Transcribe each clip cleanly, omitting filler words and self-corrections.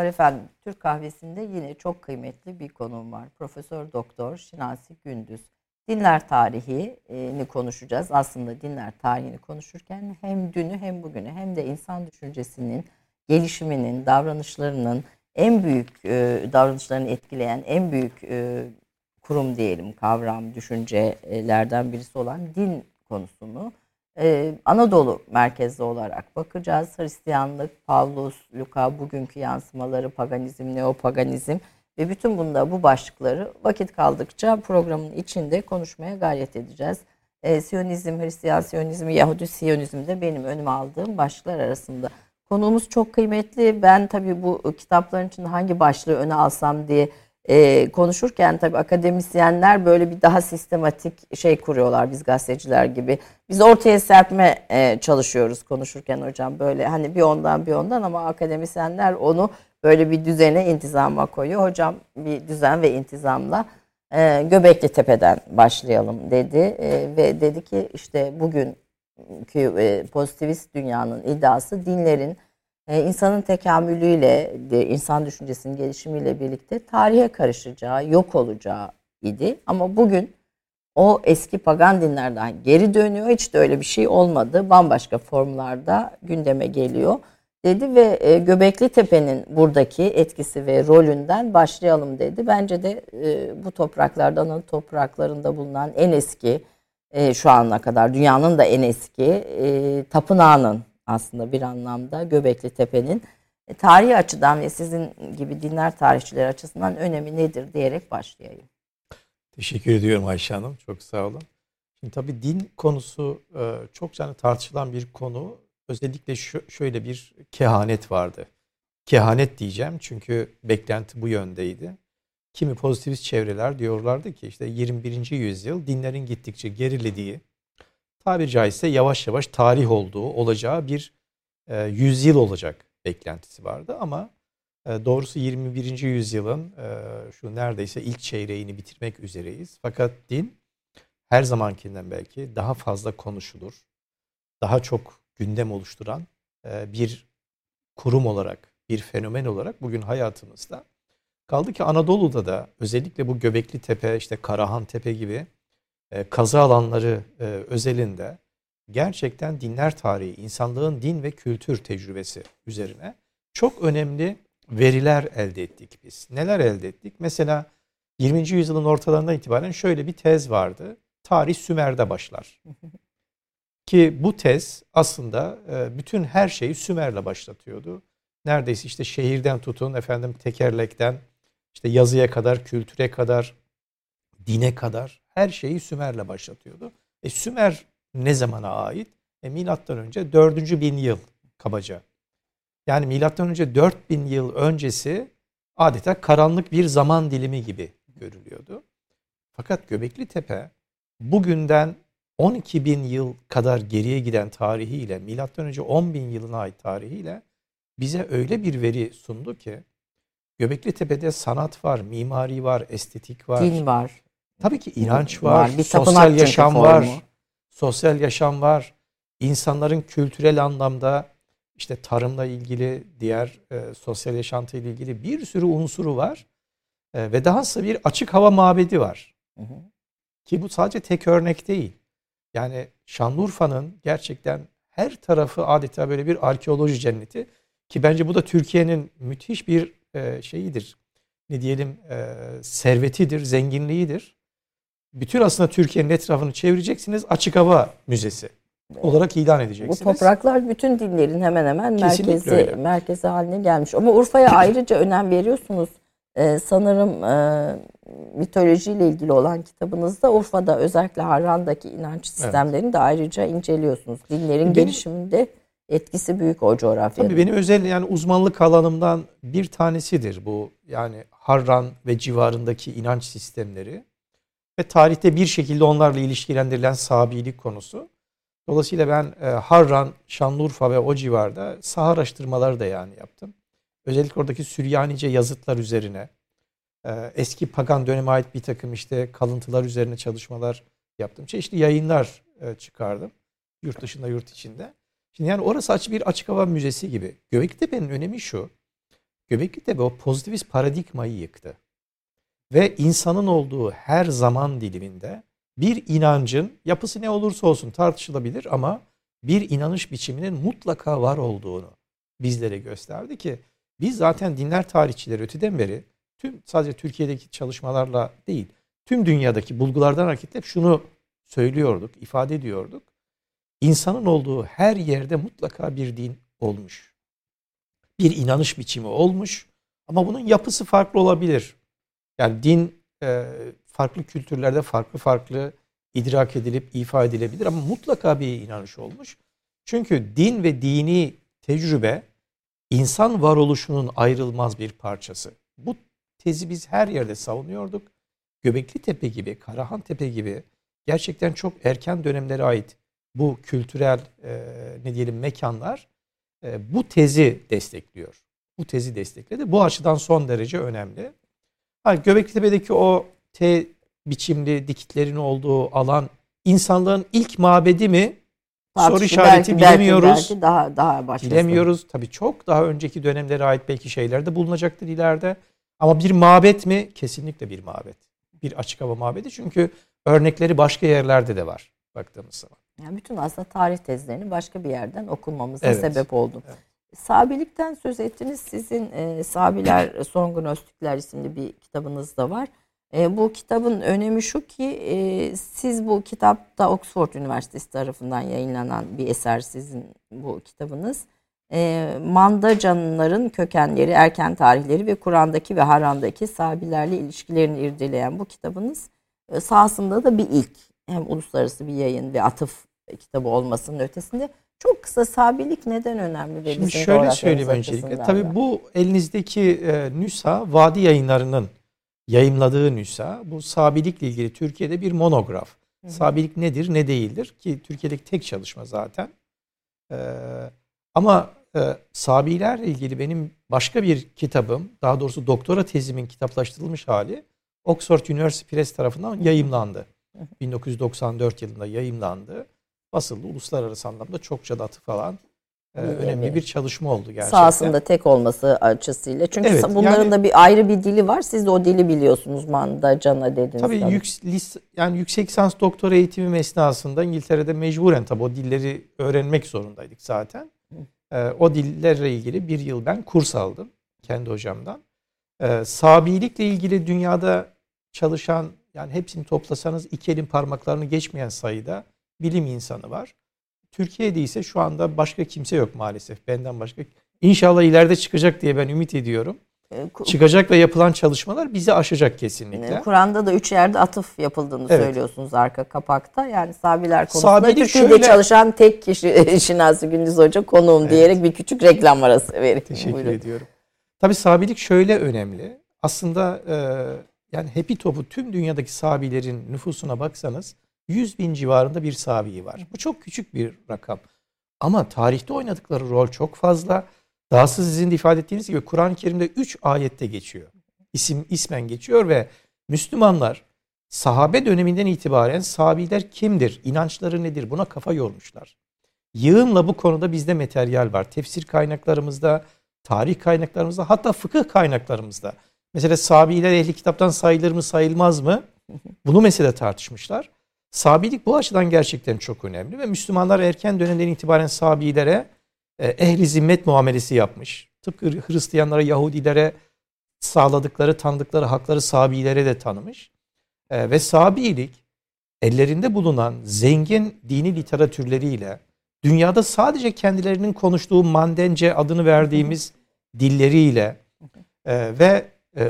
Merhabalar efendim. Türk Kahvesi'nde yine çok kıymetli bir konuğum var. Profesör Doktor Şinasi Gündüz. Dinler tarihini konuşacağız. Aslında dinler tarihini konuşurken hem dünü hem bugünü hem de insan düşüncesinin gelişiminin, davranışlarının en büyük davranışlarını etkileyen en büyük kurum diyelim, kavram, düşüncelerden birisi olan din konusunu Anadolu merkezli olarak bakacağız. Hristiyanlık, Pavlus, Luka, bugünkü yansımaları, paganizm, neopaganizm ve bütün bu başlıkları vakit kaldıkça programın içinde konuşmaya gayret edeceğiz. Siyonizm, Hristiyan Siyonizmi, Yahudi Siyonizmi de benim önüme aldığım başlıklar arasında. Konuğumuz çok kıymetli. Ben tabii bu kitapların içinde hangi başlığı öne alsam diye konuşurken tabii akademisyenler böyle bir daha sistematik şey kuruyorlar, biz gazeteciler gibi. Biz ortaya serpme çalışıyoruz konuşurken hocam, böyle hani bir ondan bir ondan, ama akademisyenler onu böyle bir düzene, intizama koyuyor. Hocam bir düzen ve intizamla Göbekli Tepe'den başlayalım dedi ve dedi ki işte bugünkü pozitivist dünyanın iddiası dinlerin insanın tekamülüyle, insan düşüncesinin gelişimiyle birlikte tarihe karışacağı, yok olacağı idi. Ama bugün o eski pagan dinlerden geri dönüyor. Hiç de öyle bir şey olmadı. Bambaşka formlarda gündeme geliyor dedi ve Göbekli Tepe'nin buradaki etkisi ve rolünden başlayalım dedi. Bence de bu topraklardan, Anadolu topraklarında bulunan en eski, şu ana kadar dünyanın da en eski tapınağının, aslında bir anlamda Göbekli Tepe'nin tarihi açıdan ve sizin gibi dinler tarihçileri açısından önemi nedir diyerek başlayayım. Teşekkür ediyorum Ayşe Hanım. Çok sağ olun. Şimdi tabii din konusu çok tartışılan bir konu. Özellikle şöyle bir kehanet vardı. Kehanet diyeceğim çünkü beklenti bu yöndeydi. Kimi pozitivist çevreler diyorlardı ki işte 21. yüzyıl dinlerin gittikçe gerilediği, tabiri caizse yavaş yavaş tarih olacağı bir yüzyıl olacak beklentisi vardı. Ama doğrusu 21. yüzyılın şu neredeyse ilk çeyreğini bitirmek üzereyiz. Fakat din her zamankinden belki daha fazla konuşulur, daha çok gündem oluşturan bir kurum olarak, bir fenomen olarak bugün hayatımızda. Kaldı ki Anadolu'da da özellikle bu Göbekli Tepe, işte Karahan Tepe gibi kazı alanları özelinde gerçekten dinler tarihi, insanlığın din ve kültür tecrübesi üzerine çok önemli veriler elde ettik biz. Neler elde ettik? Mesela 20. yüzyılın ortalarından itibaren şöyle bir tez vardı. Tarih Sümer'de başlar. Ki bu tez aslında bütün her şeyi Sümer'le başlatıyordu. Neredeyse işte şehirden tutun, tekerlekten, işte yazıya kadar, kültüre kadar, dine kadar her şeyi Sümer'le başlatıyordu. Sümer ne zamana ait? Milattan önce 4. bin yıl kabaca. Yani milattan önce 4000 yıl öncesi adeta karanlık bir zaman dilimi gibi görülüyordu. Fakat Göbekli Tepe bugünden 12 bin yıl kadar geriye giden tarihiyle, milattan önce 10 bin yılına ait tarihiyle bize öyle bir veri sundu ki Göbekli Tepe'de sanat var, mimari var, estetik var. Din var. Tabii ki inanç var, Bir sosyal yaşam var. Formu. Sosyal yaşam var. İnsanların kültürel anlamda işte tarımla ilgili, diğer sosyal yaşantıyla ilgili bir sürü unsuru var. Ve dahası bir açık hava mabedi var. Hı hı. Ki bu sadece tek örnek değil. Yani Şanlıurfa'nın gerçekten her tarafı adeta böyle bir arkeoloji cenneti. Ki bence bu da Türkiye'nin müthiş bir şeyidir. Ne diyelim, servetidir, zenginliğidir. Bütün aslında Türkiye'nin etrafını çevireceksiniz, açık hava müzesi olarak ilan edeceksiniz. Bu topraklar bütün dinlerin hemen hemen merkezi haline gelmiş. Ama Urfa'ya ayrıca önem veriyorsunuz. Sanırım mitolojiyle ilgili olan kitabınızda Urfa'da özellikle Harran'daki inanç sistemlerini de ayrıca inceliyorsunuz. Dinlerin gelişiminde etkisi büyük o coğrafyada. Tabii benim özel uzmanlık alanımdan bir tanesidir bu. Yani Harran ve civarındaki inanç sistemleri ve tarihte bir şekilde onlarla ilişkilendirilen Sabilik konusu. Dolayısıyla ben Harran, Şanlıurfa ve o civarda saha araştırmaları da yaptım. Özellikle oradaki Süryanice yazıtlar üzerine, eski pagan döneme ait bir takım işte kalıntılar üzerine çalışmalar yaptım. Çeşitli yayınlar çıkardım. Yurt dışında, yurt içinde. Şimdi orası bir açık hava müzesi gibi. Göbeklitepe'nin önemi şu. Göbeklitepe o pozitivist paradigmayı yıktı. Ve insanın olduğu her zaman diliminde bir inancın, yapısı ne olursa olsun tartışılabilir ama bir inanış biçiminin mutlaka var olduğunu bizlere gösterdi ki biz zaten dinler tarihçileri öteden beri sadece Türkiye'deki çalışmalarla değil, tüm dünyadaki bulgulardan hareketle hep şunu söylüyorduk, ifade ediyorduk. İnsanın olduğu her yerde mutlaka bir din olmuş. Bir inanış biçimi olmuş ama bunun yapısı farklı olabilir. Yani din farklı kültürlerde farklı idrak edilip ifade edilebilir ama mutlaka bir inanış olmuş. Çünkü din ve dini tecrübe insan varoluşunun ayrılmaz bir parçası. Bu tezi biz her yerde savunuyorduk. Göbeklitepe gibi, Karahantepe gibi gerçekten çok erken dönemlere ait bu kültürel mekanlar bu tezi destekliyor. Bu tezi destekledi. Bu açıdan son derece önemli. Göbeklitepe'deki o T biçimli dikitlerin olduğu alan insanlığın ilk mabedi mi? Soru işareti, bilemiyoruz. Belki daha başkası. Bilemiyoruz. Tabii çok daha önceki dönemlere ait belki şeyler de bulunacaktır ileride. Ama bir mabet mi? Kesinlikle bir mabet. Bir açık hava mabedi. Çünkü örnekleri başka yerlerde de var baktığımız zaman. Yani bütün aslında tarih tezlerini başka bir yerden okumamıza Evet. sebep oldu. Evet. Sabilikten söz ettiniz. Sizin Sabiler Son Gnostikler isimli bir kitabınız da var. Bu kitabın önemi şu ki siz bu kitapta Oxford Üniversitesi tarafından yayınlanan bir eser sizin bu kitabınız. Mandacanların kökenleri, erken tarihleri ve Kur'an'daki ve Haran'daki Sabilerle ilişkilerini irdeleyen bu kitabınız sahasında da bir ilk. Hem uluslararası bir yayın ve atıf kitabı olmasının ötesinde çok kısa Sabilik neden önemli? Şimdi şöyle söyleyeyim öncelikle. Tabii bu elinizdeki nüsha Vadi Yayınları'nın yayımladığı nüsha. Bu Sabilikle ilgili Türkiye'de bir monograf. Hı hı. Sabilik nedir, ne değildir ki Türkiye'deki tek çalışma zaten. Ama Sabilerle ilgili benim başka bir kitabım, daha doğrusu doktora tezimin kitaplaştırılmış hali Oxford University Press tarafından yayımlandı. 1994 yılında yayımlandı. Basıldı. Uluslararası anlamda çokça da atıf alan önemli bir çalışma oldu gerçekten. Sahasında tek olması açısıyla. Çünkü evet, bunların da bir ayrı bir dili var. Siz de o dili biliyorsunuz. Mandacana dediniz. Tabii yüksek lisans doktora eğitimim esnasında İngiltere'de mecburen tabii o dilleri öğrenmek zorundaydık zaten. O dillerle ilgili bir yıl ben kurs aldım kendi hocamdan. Sabilikle ilgili dünyada çalışan, yani hepsini toplasanız iki elin parmaklarını geçmeyen sayıda bilim insanı var. Türkiye'de ise şu anda başka kimse yok maalesef benden başka. İnşallah ileride çıkacak diye ben ümit ediyorum. Çıkacak ve yapılan çalışmalar bizi aşacak kesinlikle. Kur'an'da da 3 yerde atıf yapıldığını söylüyorsunuz arka kapakta. Yani Sabiler konusunda Türkiye'de çalışan tek kişi Şinasi Gündüz Hoca konuğum diyerek bir küçük reklam arası vereyim. Teşekkür ediyorum. Tabii Sabilik şöyle önemli. Aslında yani Happy Top'u tüm dünyadaki Sabilerin nüfusuna baksanız 100.000 civarında bir Sabi var. Bu çok küçük bir rakam. Ama tarihte oynadıkları rol çok fazla. Dahası sizin de ifade ettiğiniz gibi Kur'an-ı Kerim'de 3 ayette geçiyor. İsmen geçiyor ve Müslümanlar sahabe döneminden itibaren Sabiler kimdir, inançları nedir buna kafa yormuşlar. Yığınla bu konuda bizde materyal var. Tefsir kaynaklarımızda, tarih kaynaklarımızda, hatta fıkıh kaynaklarımızda. Mesela Sabiler ehli kitaptan sayılır mı sayılmaz mı? Bunu mesela tartışmışlar. Sabilik bu açıdan gerçekten çok önemli ve Müslümanlar erken dönemden itibaren Sabilere ehli zimmet muamelesi yapmış. Tıpkı Hristiyanlara, Yahudilere sağladıkları, tanıdıkları hakları Sabilere de tanımış. Ve Sabilik ellerinde bulunan zengin dini literatürleriyle dünyada sadece kendilerinin konuştuğu Mandence adını verdiğimiz dilleriyle ve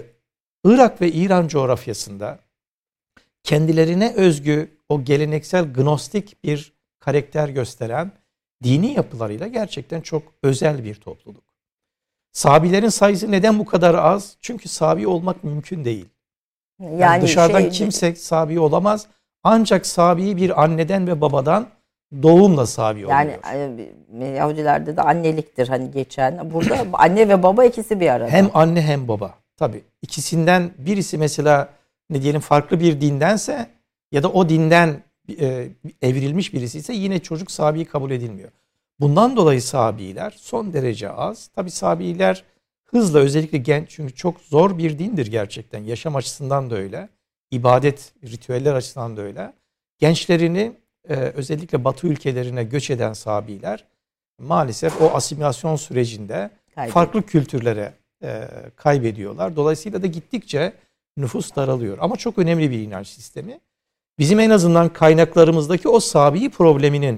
Irak ve İran coğrafyasında kendilerine özgü o geleneksel gnostik bir karakter gösteren dini yapılarıyla gerçekten çok özel bir topluluk. Sabilerin sayısı neden bu kadar az? Çünkü sabi olmak mümkün değil. Yani dışarıdan kimse sabi olamaz. Ancak sabi bir anneden ve babadan doğumla sabi oluyor. Yani Yahudilerde de anneliktir hani geçen. Burada anne ve baba ikisi bir arada. Hem anne hem baba. Tabii ikisinden birisi mesela ne diyelim farklı bir dindense ya da o dinden evrilmiş birisi ise yine çocuk sabi kabul edilmiyor. Bundan dolayı sabiler son derece az. Tabii sabiler hızla özellikle genç, çünkü çok zor bir dindir gerçekten. Yaşam açısından da öyle. İbadet, ritüeller açısından da öyle. Gençlerini özellikle Batı ülkelerine göç eden Sabiler maalesef o asimilasyon sürecinde farklı kültürlere kaybediyorlar. Dolayısıyla da gittikçe nüfus daralıyor. Ama çok önemli bir inanç sistemi. Bizim en azından kaynaklarımızdaki o Sabi probleminin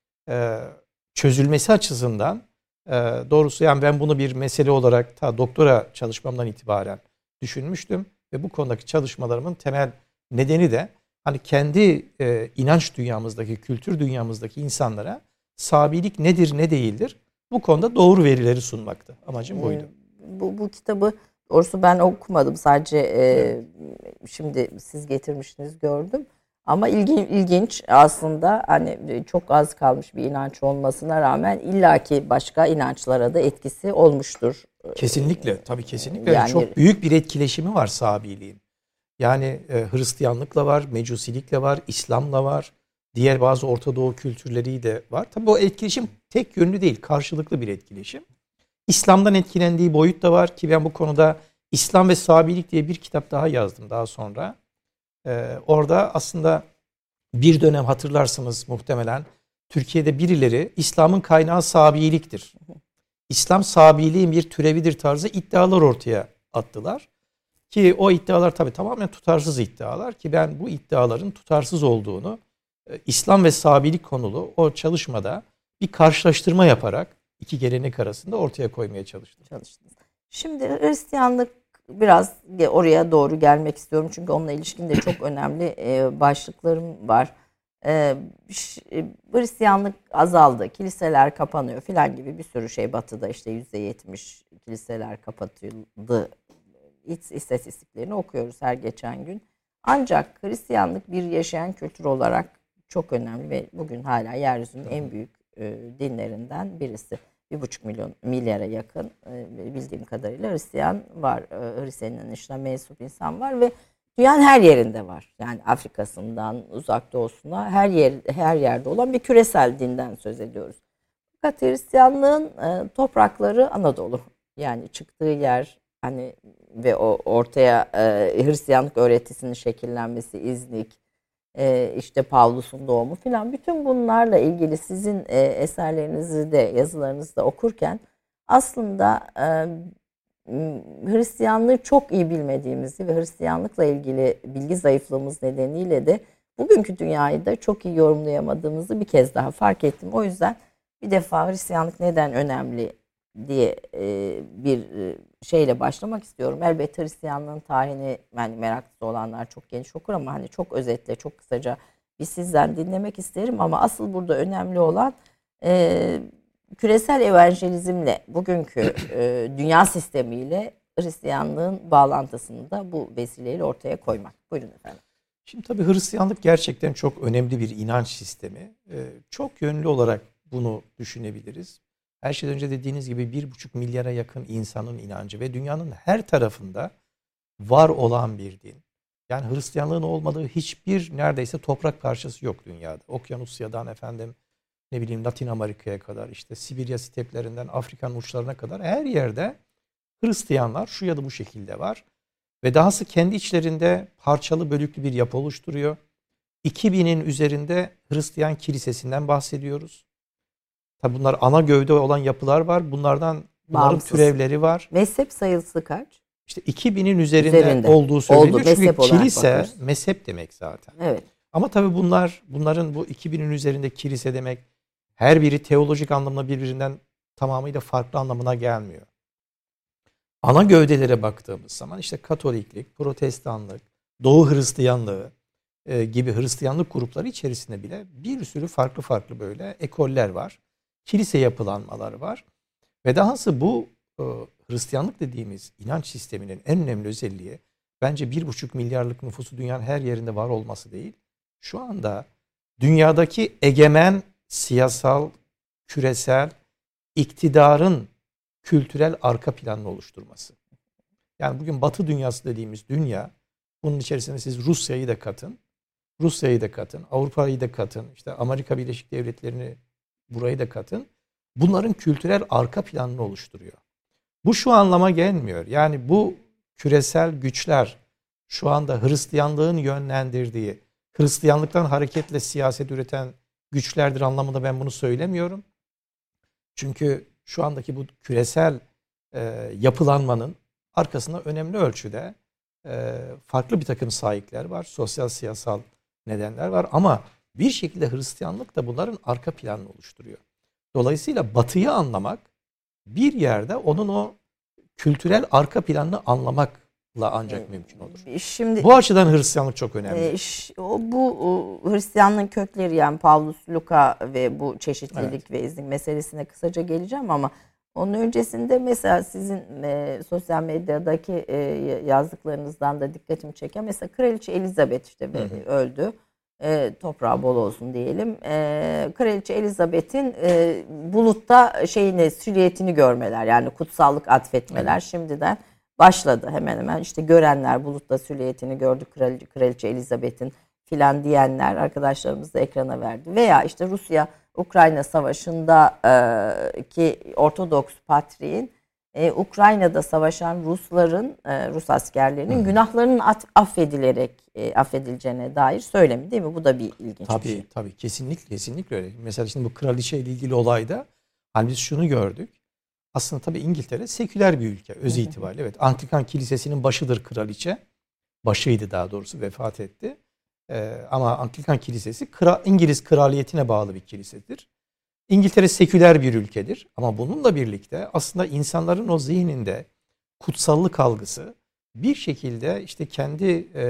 çözülmesi açısından doğrusu yani ben bunu bir mesele olarak ta doktora çalışmamdan itibaren düşünmüştüm. Ve bu konudaki çalışmalarımın temel nedeni de hani kendi inanç dünyamızdaki, kültür dünyamızdaki insanlara Sabilik nedir, ne değildir? Bu konuda doğru verileri sunmaktı. Amacım buydu. Bu kitabı doğrusu ben okumadım. Sadece şimdi siz getirmiştiniz gördüm. Ama ilginç aslında, hani çok az kalmış bir inanç olmasına rağmen illaki başka inançlara da etkisi olmuştur. Kesinlikle, tabii kesinlikle. Yani, çok büyük bir etkileşimi var Sabiliğin. Yani Hristiyanlıkla var, Mecusilikle var, İslam'la var. Diğer bazı Orta Doğu kültürleri de var. Tabii o etkileşim tek yönlü değil, karşılıklı bir etkileşim. İslam'dan etkilendiği boyut da var ki ben bu konuda İslam ve Sabilik diye bir kitap daha yazdım daha sonra. Orada aslında bir dönem hatırlarsınız muhtemelen Türkiye'de birileri İslam'ın kaynağı Sabiliktir. İslam Sabiliğin bir türevidir tarzı iddialar ortaya attılar. Ki o iddialar tabii tamamen tutarsız iddialar ki ben bu iddiaların tutarsız olduğunu İslam ve Sabilik konulu o çalışmada bir karşılaştırma yaparak iki gelenek arasında ortaya koymaya çalıştım. Şimdi Hristiyanlık, biraz oraya doğru gelmek istiyorum. Çünkü onunla ilişkin de çok önemli başlıklarım var. Hristiyanlık azaldı, kiliseler kapanıyor filan gibi bir sürü şey. Batı'da işte %70 kiliseler kapatıldı. İstatistiklerini okuyoruz her geçen gün. Ancak Hristiyanlık bir yaşayan kültür olarak çok önemli ve bugün hala yeryüzünün en büyük dinlerinden birisi. 1,5 milyara yakın bildiğim kadarıyla Hristiyan var. Hristiyan inanışına mensup insan var ve dünyanın her yerinde var. Yani Afrika'sından uzak doğusuna her yerde olan bir küresel dinden söz ediyoruz. Fakat Hristiyanlığın toprakları Anadolu. Yani çıktığı yer hani ve o ortaya Hristiyanlık öğretisinin şekillenmesi, İznik, işte Pavlus'un doğumu filan, bütün bunlarla ilgili sizin eserlerinizi de yazılarınızı da okurken aslında Hristiyanlığı çok iyi bilmediğimizi ve Hristiyanlıkla ilgili bilgi zayıflığımız nedeniyle de bugünkü dünyayı da çok iyi yorumlayamadığımızı bir kez daha fark ettim. O yüzden bir defa Hristiyanlık neden önemli diye bir şeyle başlamak istiyorum. Elbette Hristiyanlığın tarihini yani meraklısı olanlar çok geniş okur ama hani çok özetle, çok kısaca bir sizden dinlemek isterim. Ama asıl burada önemli olan küresel evangelizmle, bugünkü dünya sistemiyle Hristiyanlığın bağlantısını da bu vesileyle ortaya koymak. Buyurun efendim. Şimdi tabii Hristiyanlık gerçekten çok önemli bir inanç sistemi. Çok yönlü olarak bunu düşünebiliriz. Her şeyden önce dediğiniz gibi 1,5 milyara yakın insanın inancı ve dünyanın her tarafında var olan bir din. Yani Hristiyanlığın olmadığı hiçbir neredeyse toprak parçası yok dünyada. Okyanusya'dan ne bileyim Latin Amerika'ya kadar, işte Sibirya steplerinden Afrika'nın uçlarına kadar her yerde Hristiyanlar şu ya da bu şekilde var. Ve dahası kendi içlerinde parçalı bölüklü bir yapı oluşturuyor. 2000'in üzerinde Hristiyan kilisesinden bahsediyoruz. Tabi bunlar ana gövde olan yapılar var. Bunların türevleri var. Mezhep sayısı kaç? İşte 2000'in üzerinde olduğu söyleniyor. Çünkü kilise mezhep demek zaten. Evet. Ama tabi bunların bu 2000'in üzerinde kilise demek her biri teolojik anlamda birbirinden tamamıyla farklı anlamına gelmiyor. Ana gövdelere baktığımız zaman işte Katoliklik, Protestanlık, Doğu Hristiyanlığı gibi Hristiyanlık grupları içerisinde bile bir sürü farklı böyle ekoller var. Kilise yapılanmaları var. Ve dahası bu Hristiyanlık dediğimiz inanç sisteminin en önemli özelliği bence 1,5 milyarlık nüfusu dünyanın her yerinde var olması değil. Şu anda dünyadaki egemen siyasal, küresel iktidarın kültürel arka planını oluşturması. Yani bugün Batı dünyası dediğimiz dünya, bunun içerisinde siz Rusya'yı da katın, Avrupa'yı da katın, işte Amerika Birleşik Devletleri'ni burayı da katın. Bunların kültürel arka planını oluşturuyor. Bu şu anlama gelmiyor. Yani bu küresel güçler şu anda Hristiyanlığın yönlendirdiği, Hristiyanlıktan hareketle siyaset üreten güçlerdir anlamında ben bunu söylemiyorum. Çünkü şu andaki bu küresel yapılanmanın arkasında önemli ölçüde farklı bir takım sahipler var. Sosyal, siyasal nedenler var. Ama bir şekilde Hristiyanlık da bunların arka planını oluşturuyor. Dolayısıyla Batı'yı anlamak bir yerde onun o kültürel arka planını anlamakla ancak mümkün olur. Şimdi bu açıdan Hristiyanlık çok önemli. Bu Hristiyanlığın kökleri, yani Pavlus, Luka ve bu çeşitlilik ve iznik meselesine kısaca geleceğim ama onun öncesinde mesela sizin sosyal medyadaki yazdıklarınızdan da dikkatimi çeken, mesela Kraliçe Elizabeth işte öldü. Toprağı bol olsun diyelim. Kraliçe Elizabeth'in bulutta silüetini görmeler, yani kutsallık atfetmeler şimdiden başladı. Hemen hemen işte görenler bulutta silüetini gördü Kraliçe Elizabeth'in filan diyenler arkadaşlarımız da ekrana verdi. Veya işte Rusya-Ukrayna savaşında ki Ortodoks Patriğin Ukrayna'da savaşan Rus askerlerinin günahlarının affedileceğine dair söylemi, değil mi? Bu da bir ilginç bir şey. Tabii kesinlikle öyle. Mesela şimdi bu kraliçe ile ilgili olayda hani biz şunu gördük. Aslında tabii İngiltere seküler bir ülke öz itibariyle. Evet, Anglikan Kilisesi'nin başıdır kraliçe. Başıydı daha doğrusu, vefat etti. Ama Anglikan Kilisesi İngiliz kraliyetine bağlı bir kilisedir. İngiltere seküler bir ülkedir. Ama bununla birlikte aslında insanların o zihninde kutsallık algısı bir şekilde işte kendi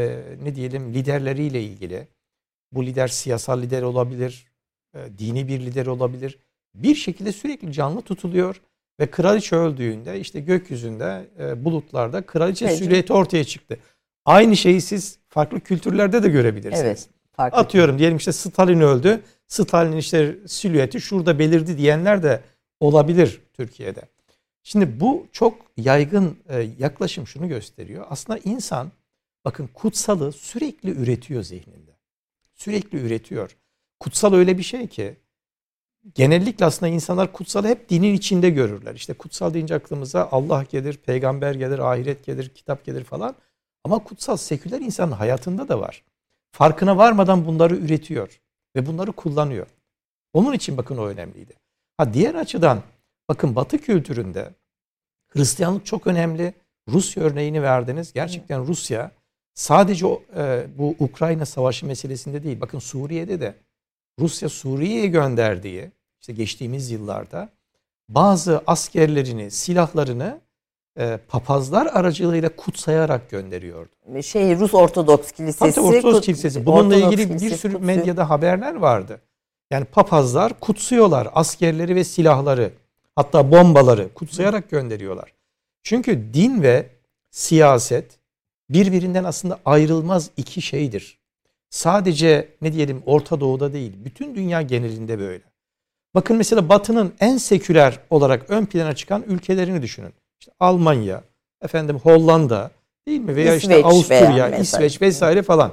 liderleriyle ilgili, bu lider siyasal lider olabilir, dini bir lider olabilir, bir şekilde sürekli canlı tutuluyor ve kraliçe öldüğünde işte gökyüzünde bulutlarda kraliçe silüeti ortaya çıktı. Aynı şeyi siz farklı kültürlerde de görebilirsiniz. Evet, atıyorum diyelim işte Stalin öldü. Stalin'in işte silüeti şurada belirdi diyenler de olabilir Türkiye'de. Şimdi bu çok yaygın yaklaşım şunu gösteriyor. Aslında insan bakın kutsalı sürekli üretiyor zihninde. Sürekli üretiyor. Kutsal öyle bir şey ki genellikle aslında insanlar kutsalı hep dinin içinde görürler. İşte kutsal deyince aklımıza Allah gelir, peygamber gelir, ahiret gelir, kitap gelir falan. Ama kutsal seküler insanın hayatında da var. Farkına varmadan bunları üretiyor ve bunları kullanıyor. Onun için bakın o önemliydi. Diğer açıdan bakın Batı kültüründe Hristiyanlık çok önemli. Rusya örneğini verdiniz. Gerçekten Rusya sadece bu Ukrayna savaşı meselesinde değil. Bakın Suriye'de de Rusya Suriye'ye gönderdiği işte geçtiğimiz yıllarda bazı askerlerini, silahlarını papazlar aracılığıyla kutsayarak gönderiyordu. Rus Ortodoks Kilisesi. Tabii Ortodoks Kilisesi. Bununla ilgili bir sürü medyada haberler vardı. Yani papazlar kutsuyorlar askerleri ve silahları, hatta bombaları kutsayarak gönderiyorlar. Çünkü din ve siyaset birbirinden aslında ayrılmaz iki şeydir. Sadece Orta Doğu'da değil, bütün dünya genelinde böyle. Bakın mesela Batı'nın en seküler olarak ön plana çıkan ülkelerini düşünün. İşte Almanya, Hollanda, değil mi? Veya İsveç, işte Avusturya, İsveç vesaire falan.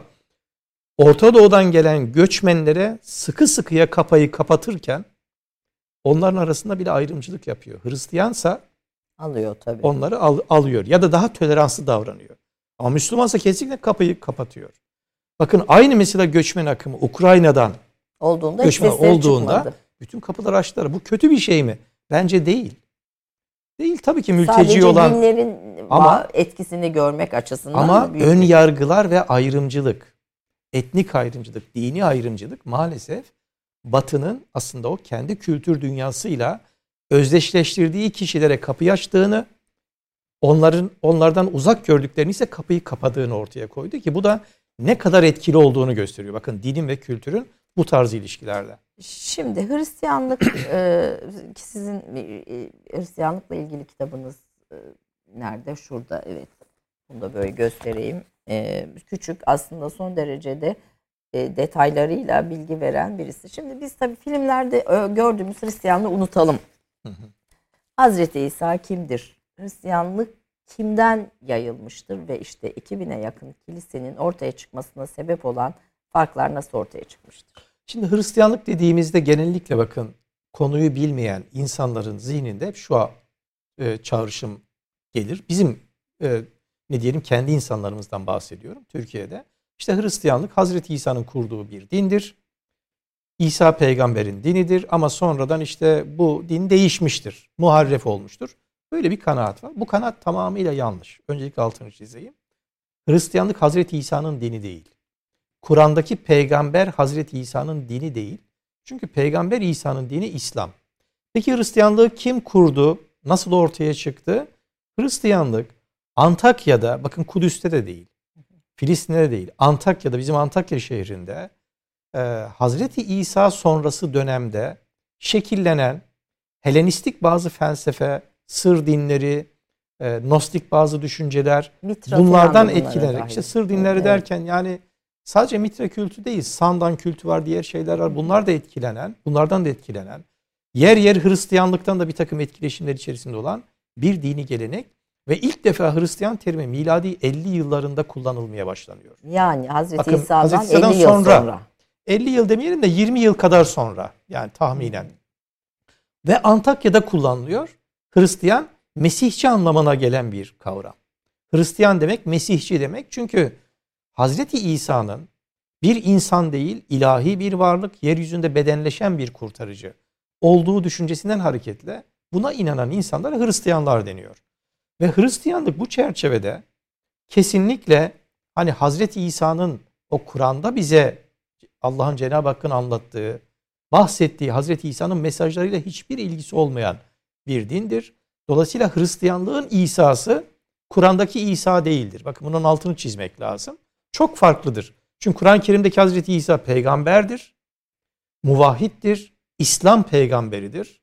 Orta Doğu'dan gelen göçmenlere sıkı sıkıya kapıyı kapatırken onların arasında bile ayrımcılık yapıyor. Hristiyansa alıyor tabii. Onları alıyor ya da daha toleranslı davranıyor. Ama Müslümansa kesinlikle kapıyı kapatıyor. Bakın aynı mesela göçmen akımı Ukrayna'dan olduğunda bütün kapılar açtılar. Bu kötü bir şey mi? Bence değil. Değil tabii ki mülteci sadece olan. Sadece dinlerin etkisini görmek açısından. Ama ön yargılar ve ayrımcılık, etnik ayrımcılık, dini ayrımcılık maalesef Batı'nın aslında o kendi kültür dünyasıyla özdeşleştirdiği kişilere kapıyı açtığını, onlardan uzak gördüklerini ise kapıyı kapadığını ortaya koydu ki bu da ne kadar etkili olduğunu gösteriyor. Bakın dinin ve kültürün bu tarz ilişkilerde. Şimdi Hristiyanlık, sizin Hristiyanlıkla ilgili kitabınız nerede? Şurada, evet. Bunu da böyle göstereyim. Küçük, aslında son derecede detaylarıyla bilgi veren birisi. Şimdi biz tabii filmlerde gördüğümüz Hristiyanlığı unutalım. Hazreti İsa kimdir? Hristiyanlık kimden yayılmıştır ve işte 2000'e yakın kilisenin ortaya çıkmasına sebep olan farklar nasıl ortaya çıkmıştır? Şimdi Hristiyanlık dediğimizde genellikle bakın konuyu bilmeyen insanların zihninde hep şu çağrışım gelir. Bizim ne diyelim kendi insanlarımızdan bahsediyorum Türkiye'de. İşte Hristiyanlık Hazreti İsa'nın kurduğu bir dindir. İsa peygamberin dinidir ama sonradan işte bu din değişmiştir. Muharref olmuştur. Böyle bir kanaat var. Bu kanaat tamamıyla yanlış. Öncelikle altını çizeyim. Hristiyanlık Hazreti İsa'nın dini değil. Kur'an'daki peygamber Hazreti İsa'nın dini değil. Çünkü peygamber İsa'nın dini İslam. Peki Hristiyanlığı kim kurdu? Nasıl ortaya çıktı? Hristiyanlık Antakya'da, bakın Kudüs'te de değil, Filistin'de de değil, Antakya'da, bizim Antakya şehrinde Hazreti İsa sonrası dönemde şekillenen Helenistik bazı felsefe, sır dinleri, Gnostik bazı düşünceler, Mitra bunlardan falan da bunlara etkilenerek, dahil. işte sır dinleri Evet. derken yani sadece Mitra kültü değil, Sandan kültü var, diğer şeyler var. Bunlardan da etkilenen, yer yer Hristiyanlıktan da bir takım etkileşimler içerisinde olan bir dini gelenek ve ilk defa Hristiyan terimi miladi 50 yıllarında kullanılmaya başlanıyor. Yani Hazreti Bakın, İsa'dan Hazreti İsa'dan 50 yıl sonra. 50 yıl demeyelim de 20 yıl kadar sonra, yani tahminen. Ve Antakya'da kullanılıyor. Hristiyan, Mesihçi anlamına gelen bir kavram. Hristiyan demek Mesihçi demek. Çünkü Hazreti İsa'nın bir insan değil, ilahi bir varlık, yeryüzünde bedenleşen bir kurtarıcı olduğu düşüncesinden hareketle buna inanan insanlara Hristiyanlar deniyor. Ve Hristiyanlık bu çerçevede kesinlikle hani Hazreti İsa'nın o Kur'an'da bize Allah'ın Cenab-ı Hakk'ın anlattığı, bahsettiği Hazreti İsa'nın mesajlarıyla hiçbir ilgisi olmayan bir dindir. Dolayısıyla Hristiyanlığın İsa'sı Kur'an'daki İsa değildir. Bakın bunun altını çizmek lazım. Çok farklıdır. Çünkü Kur'an-ı Kerim'deki Hazreti İsa peygamberdir, muvahhiddir, İslam peygamberidir.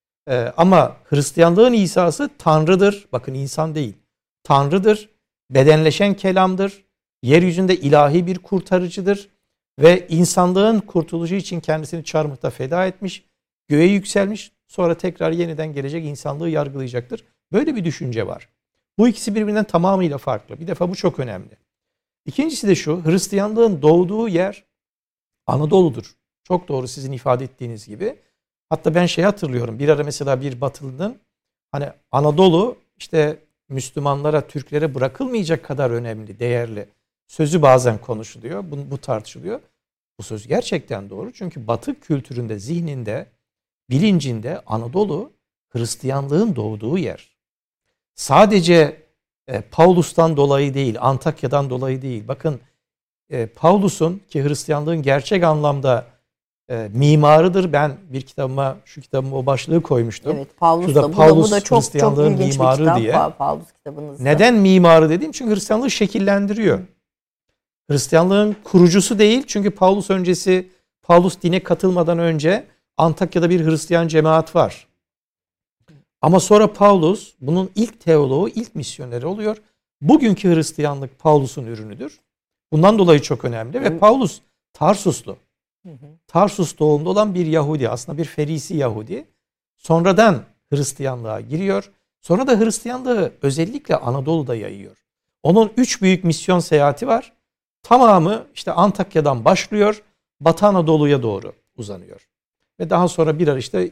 Ama Hristiyanlığın İsa'sı Tanrı'dır. Bakın insan değil. Tanrı'dır. Bedenleşen kelamdır. Yeryüzünde ilahi bir kurtarıcıdır. Ve insanlığın kurtuluşu için kendisini çarmıhta feda etmiş. Göğe yükselmiş. Sonra tekrar yeniden gelecek, insanlığı yargılayacaktır. Böyle bir düşünce var. Bu ikisi birbirinden tamamıyla farklı. Bir defa bu çok önemli. İkincisi de şu. Hristiyanlığın doğduğu yer Anadolu'dur. Çok doğru sizin ifade ettiğiniz gibi. Hatta ben hatırlıyorum. Bir ara mesela bir Batılı'nın hani Anadolu işte Müslümanlara, Türklere bırakılmayacak kadar önemli, değerli sözü bazen konuşuluyor. Bu tartışılıyor. Bu söz gerçekten doğru. Çünkü Batı kültüründe, zihninde, bilincinde Anadolu Hristiyanlığın doğduğu yer. Sadece Paulus'tan dolayı değil, Antakya'dan dolayı değil. Bakın Paulus'un ki Hristiyanlığın gerçek anlamda mimarıdır. Ben bir kitabıma, şu kitabıma o başlığı koymuştum. Evet, Paulus Şurada da. Paulus Bu da çok Hristiyanlığın ilginç bir mimarı kitap. diye. Paulus kitabınızda. Neden mimarı dediğim? Çünkü Hristiyanlığı şekillendiriyor. Hristiyanlığın kurucusu değil. Çünkü Paulus dine katılmadan önce Antakya'da bir Hristiyan cemaat var. Ama sonra Paulus bunun ilk teoloğu, ilk misyoneri oluyor. Bugünkü Hristiyanlık Paulus'un ürünüdür. Bundan dolayı çok önemli ve Paulus Tarsuslu. Tarsus doğumlu olan bir Yahudi, aslında bir Ferisi Yahudi. Sonradan Hristiyanlığa giriyor. Sonra da Hristiyanlığı özellikle Anadolu'da yayıyor. Onun 3 büyük misyon seyahati var. Tamamı işte Antakya'dan başlıyor, Batı Anadolu'ya doğru uzanıyor. Ve daha sonra bir ara işte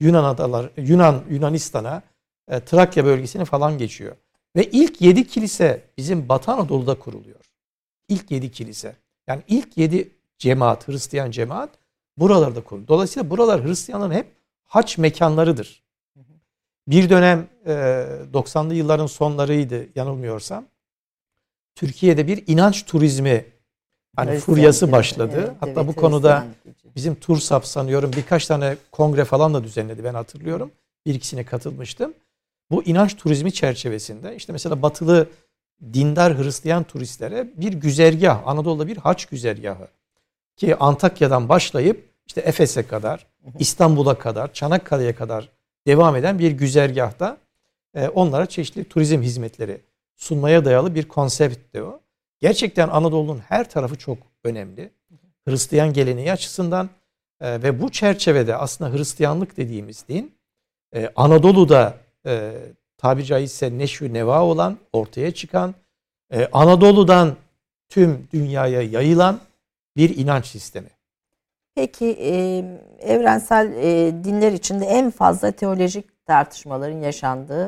Yunanistan'a, Trakya bölgesini falan geçiyor. Ve ilk 7 kilise bizim Batı Anadolu'da kuruluyor. İlk 7 kilise. Yani ilk 7 cemaat, Hristiyan cemaat buralarda kuruldu. Dolayısıyla buralar Hristiyanların hep haç mekanlarıdır. Bir dönem 90'lı yılların sonlarıydı yanılmıyorsam. Türkiye'de bir inanç turizmi furyası başladı. Evet, Hatta evet, bu konuda Hristiyan. bizim TURSAP sanıyorum birkaç tane kongre falan da düzenledi, ben hatırlıyorum. Bir ikisine katılmıştım. Bu inanç turizmi çerçevesinde işte mesela batılı dindar Hristiyan turistlere bir güzergah, Anadolu'da bir haç güzergahı ki Antakya'dan başlayıp işte Efes'e kadar, İstanbul'a kadar, Çanakkale'ye kadar devam eden bir güzergahta onlara çeşitli turizm hizmetleri sunmaya dayalı bir konseptti o. Gerçekten Anadolu'nun her tarafı çok önemli. Hristiyan geleneği açısından ve bu çerçevede aslında Hristiyanlık dediğimiz din Anadolu'da tabiri caizse neşvü neva olan, ortaya çıkan, Anadolu'dan tüm dünyaya yayılan bir inanç sistemi. Peki evrensel dinler içinde en fazla teolojik tartışmaların yaşandığı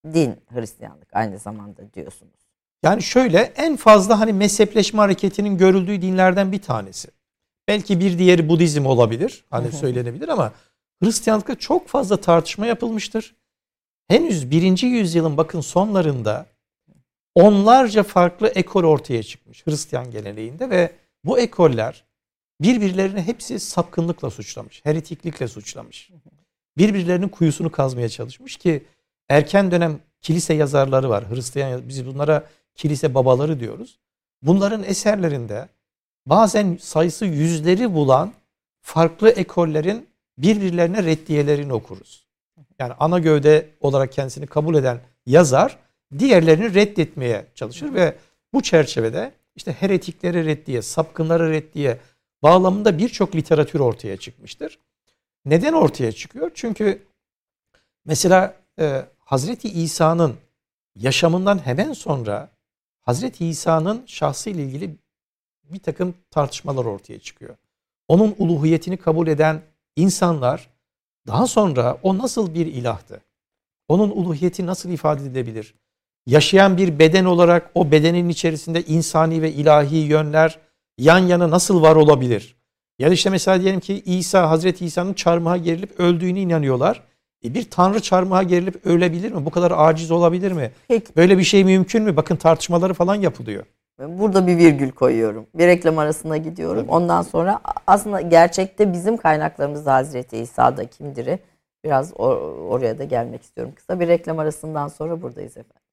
din Hristiyanlık aynı zamanda diyorsunuz. Yani şöyle, en fazla hani mezhepleşme hareketinin görüldüğü dinlerden bir tanesi. Belki bir diğeri Budizm olabilir. Hani söylenebilir ama Hristiyanlıkta çok fazla tartışma yapılmıştır. Henüz 1. yüzyılın bakın sonlarında onlarca farklı ekol ortaya çıkmış Hristiyan geleneğinde ve bu ekoller birbirlerini hepsi sapkınlıkla suçlamış, heretiklikle suçlamış. Birbirlerinin kuyusunu kazmaya çalışmış ki erken dönem kilise yazarları var. Hristiyan, biz bunlara kilise babaları diyoruz. Bunların eserlerinde bazen sayısı yüzleri bulan farklı ekollerin birbirlerine reddiyelerini okuruz. Yani ana gövde olarak kendisini kabul eden yazar diğerlerini reddetmeye çalışır ve bu çerçevede işte heretikleri reddiye, sapkınları reddiye bağlamında birçok literatür ortaya çıkmıştır. Neden ortaya çıkıyor? Çünkü mesela Hazreti İsa'nın yaşamından hemen sonra Hazreti İsa'nın şahsıyla ilgili bir takım tartışmalar ortaya çıkıyor. Onun uluhiyetini kabul eden insanlar daha sonra o nasıl bir ilahtı? Onun uluhiyeti nasıl ifade edilebilir? Yaşayan bir beden olarak o bedenin içerisinde insani ve ilahi yönler yan yana nasıl var olabilir? Yani işte mesela diyelim ki Hazreti İsa'nın çarmıha gerilip öldüğüne inanıyorlar. Bir tanrı çarmıha gerilip ölebilir mi? Bu kadar aciz olabilir mi? Peki. Böyle bir şey mümkün mü? Bakın tartışmaları falan yapılıyor. Burada bir virgül koyuyorum. Bir reklam arasına gidiyorum. Tabii. Ondan sonra aslında gerçekte bizim kaynaklarımızda Hazreti İsa'da kimdir'i biraz oraya da gelmek istiyorum. Kısa bir reklam arasından sonra buradayız efendim.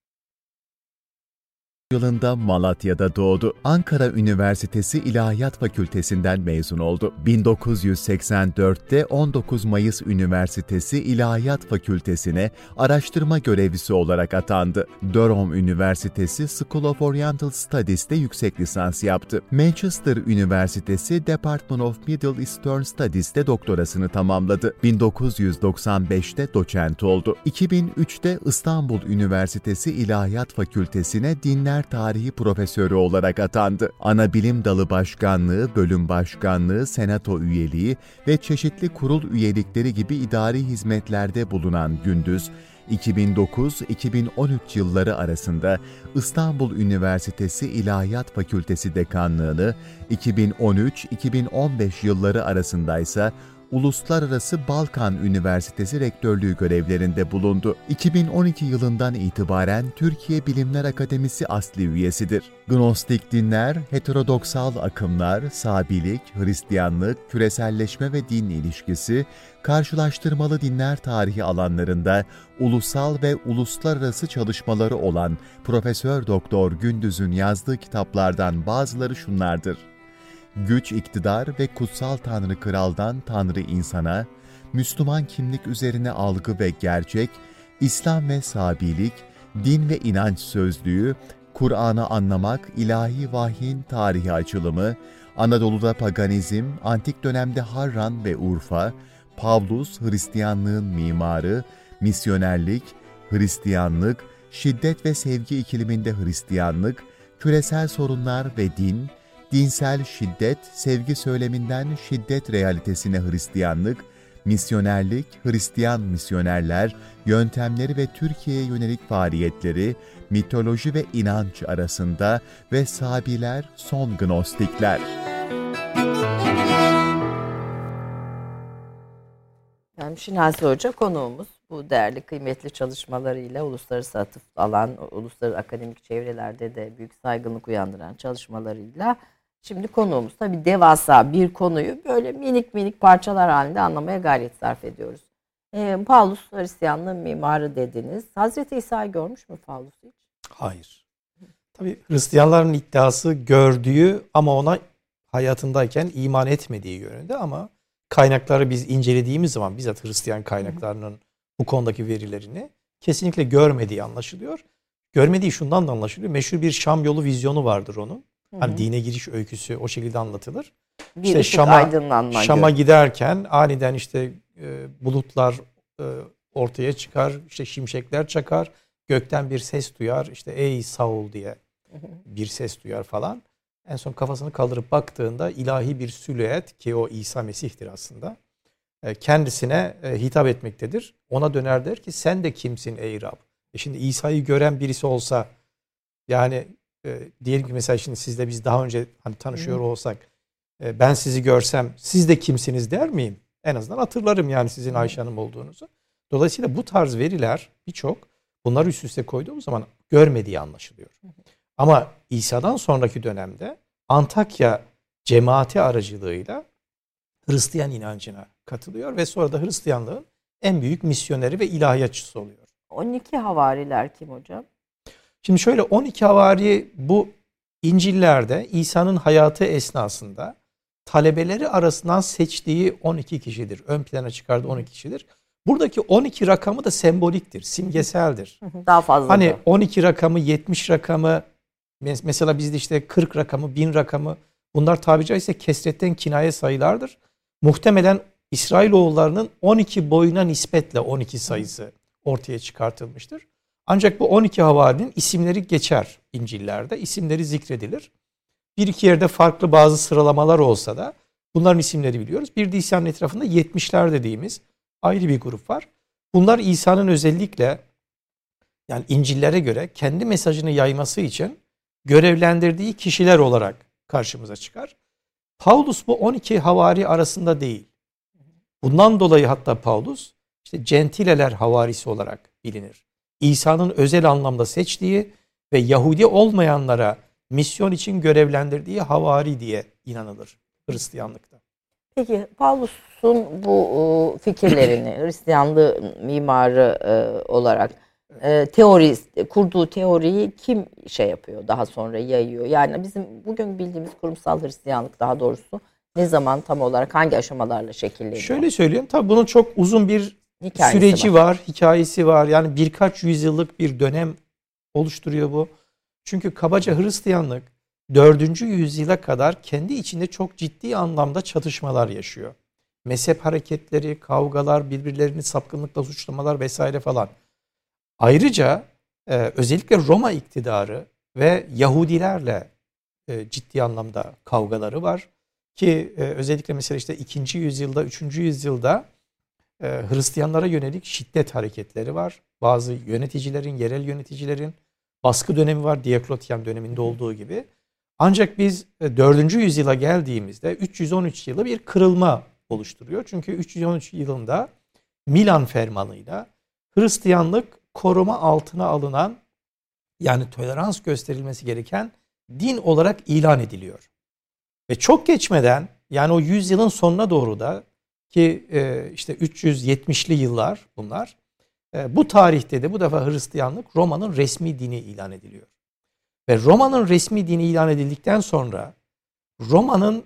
Yılında Malatya'da doğdu. Ankara Üniversitesi İlahiyat Fakültesinden mezun oldu. 1984'te 19 Mayıs Üniversitesi İlahiyat Fakültesine araştırma görevlisi olarak atandı. Durham Üniversitesi School of Oriental Studies'te yüksek lisans yaptı. Manchester Üniversitesi Department of Middle Eastern Studies'te doktorasını tamamladı. 1995'te doçent oldu. 2003'te İstanbul Üniversitesi İlahiyat Fakültesine Dinler Tarihi Profesörü olarak atandı. Anabilim Dalı Başkanlığı, Bölüm Başkanlığı, Senato üyeliği ve çeşitli kurul üyelikleri gibi idari hizmetlerde bulunan Gündüz, 2009-2013 yılları arasında İstanbul Üniversitesi İlahiyat Fakültesi Dekanlığını, 2013-2015 yılları arasındaysa Uluslararası Balkan Üniversitesi Rektörlüğü görevlerinde bulundu. 2012 yılından itibaren Türkiye Bilimler Akademisi asli üyesidir. Gnostik dinler, heterodoksal akımlar, Sabilik, Hristiyanlık, küreselleşme ve din ilişkisi, karşılaştırmalı dinler tarihi alanlarında ulusal ve uluslararası çalışmaları olan Profesör Doktor Gündüz'ün yazdığı kitaplardan bazıları şunlardır: Güç, İktidar ve Kutsal Tanrı Kral'dan Tanrı İnsana, Müslüman Kimlik Üzerine Algı ve Gerçek, İslam ve Sabilik, Din ve İnanç Sözlüğü, Kur'an'ı Anlamak, İlahi Vahyin Tarihi Açılımı, Anadolu'da Paganizm, Antik Dönemde Harran ve Urfa, Pavlus, Hristiyanlığın Mimarı, Misyonerlik, Hristiyanlık, Şiddet ve Sevgi İkliminde Hristiyanlık, Küresel Sorunlar ve Din, Dinsel şiddet, sevgi söyleminden şiddet realitesine Hristiyanlık, misyonerlik, Hristiyan misyonerler, yöntemleri ve Türkiye'ye yönelik faaliyetleri, mitoloji ve inanç arasında ve Sabiler, son Gnostikler. Şinasi Hoca konuğumuz. Bu değerli kıymetli çalışmalarıyla uluslararası atıf alan, uluslararası akademik çevrelerde de büyük saygınlık uyandıran çalışmalarıyla şimdi konuğumuz. Tabii devasa bir konuyu böyle minik minik parçalar halinde anlamaya gayret sarf ediyoruz. Paulus Hristiyanlığın mimarı dediniz. Hazreti İsa'yı görmüş mü Paulus hiç? Hayır. Tabii Hristiyanların iddiası gördüğü ama ona hayatındayken iman etmediği yönünde, ama kaynakları biz incelediğimiz zaman bizzat Hristiyan kaynaklarının bu konudaki verilerini kesinlikle görmediği anlaşılıyor. Görmediği şundan da anlaşılıyor. Meşhur bir Şam yolu vizyonu vardır onun. Hani dine giriş öyküsü o şekilde anlatılır. Bir İşte Şam'a giderken aniden işte bulutlar ortaya çıkar, işte şimşekler çakar, gökten bir ses duyar, işte ey Saul diye bir ses duyar falan. En son kafasını kaldırıp baktığında ilahi bir silüet, ki o İsa Mesih'tir aslında, kendisine hitap etmektedir. Ona döner der ki sen de kimsin ey Rab? Şimdi İsa'yı gören birisi olsa, yani diyelim ki mesela şimdi sizle biz daha önce hani tanışıyor olsak, ben sizi görsem siz de kimsiniz der miyim? En azından hatırlarım yani sizin Ayşe Hanım olduğunuzu. Dolayısıyla bu tarz veriler birçok, bunları üst üste koyduğumuz zaman görmediği anlaşılıyor. Ama İsa'dan sonraki dönemde Antakya cemaati aracılığıyla Hristiyan inancına katılıyor ve sonra da Hristiyanlığın en büyük misyoneri ve ilahiyatçısı oluyor. 12 havariler kim hocam? Şimdi şöyle, 12 havari bu İncil'lerde İsa'nın hayatı esnasında talebeleri arasından seçtiği 12 kişidir. Ön plana çıkardığı 12 kişidir. Buradaki 12 rakamı da semboliktir, simgeseldir. Daha fazla. Hani 12 rakamı, 70 rakamı, mesela bizde işte 40 rakamı, 1000 rakamı, bunlar tabiri caizse kesretten kinaye sayılardır. Muhtemelen İsrailoğullarının 12 boyuna nispetle 12 sayısı ortaya çıkartılmıştır. Ancak bu 12 havarinin isimleri geçer İncil'lerde, isimleri zikredilir. Bir iki yerde farklı bazı sıralamalar olsa da bunların isimleri biliyoruz. Bir de İsa'nın etrafında 70'ler dediğimiz ayrı bir grup var. Bunlar İsa'nın özellikle yani İncil'lere göre kendi mesajını yayması için görevlendirdiği kişiler olarak karşımıza çıkar. Paulus bu 12 havari arasında değil. Bundan dolayı hatta Paulus işte Centileler havarisi olarak bilinir. İsa'nın özel anlamda seçtiği ve Yahudi olmayanlara misyon için görevlendirdiği havari diye inanılır Hristiyanlıkta. Peki Paulus'un bu fikirlerini Hristiyanlığı mimarı olarak kurduğu teoriyi kim şey yapıyor, daha sonra yayıyor? Yani bizim bugün bildiğimiz kurumsal Hristiyanlık daha doğrusu ne zaman tam olarak hangi aşamalarla şekilleniyor? Şöyle söyleyeyim, tabii bunun çok uzun bir Hikayesi süreci var, hikayesi var. Yani birkaç yüzyıllık bir dönem oluşturuyor bu. Çünkü kabaca Hristiyanlık 4. yüzyıla kadar kendi içinde çok ciddi anlamda çatışmalar yaşıyor. Mezhep hareketleri, kavgalar, birbirlerini sapkınlıkla suçlamalar vesaire falan. Ayrıca özellikle Roma iktidarı ve Yahudilerle ciddi anlamda kavgaları var. Ki özellikle mesela işte 2. yüzyılda, 3. yüzyılda Hristiyanlara yönelik şiddet hareketleri var. Bazı yöneticilerin, yerel yöneticilerin baskı dönemi var. Diokletian döneminde olduğu gibi. Ancak biz 4. yüzyıla geldiğimizde 313 yılı bir kırılma oluşturuyor. Çünkü 313 yılında Milan Fermanı'yla Hristiyanlık koruma altına alınan, yani tolerans gösterilmesi gereken din olarak ilan ediliyor. Ve çok geçmeden, yani o yüzyılın sonuna doğru da ki işte 370'li yıllar bunlar, bu tarihte de bu defa Hristiyanlık Roma'nın resmi dini ilan ediliyor. Ve Roma'nın resmi dini ilan edildikten sonra Roma'nın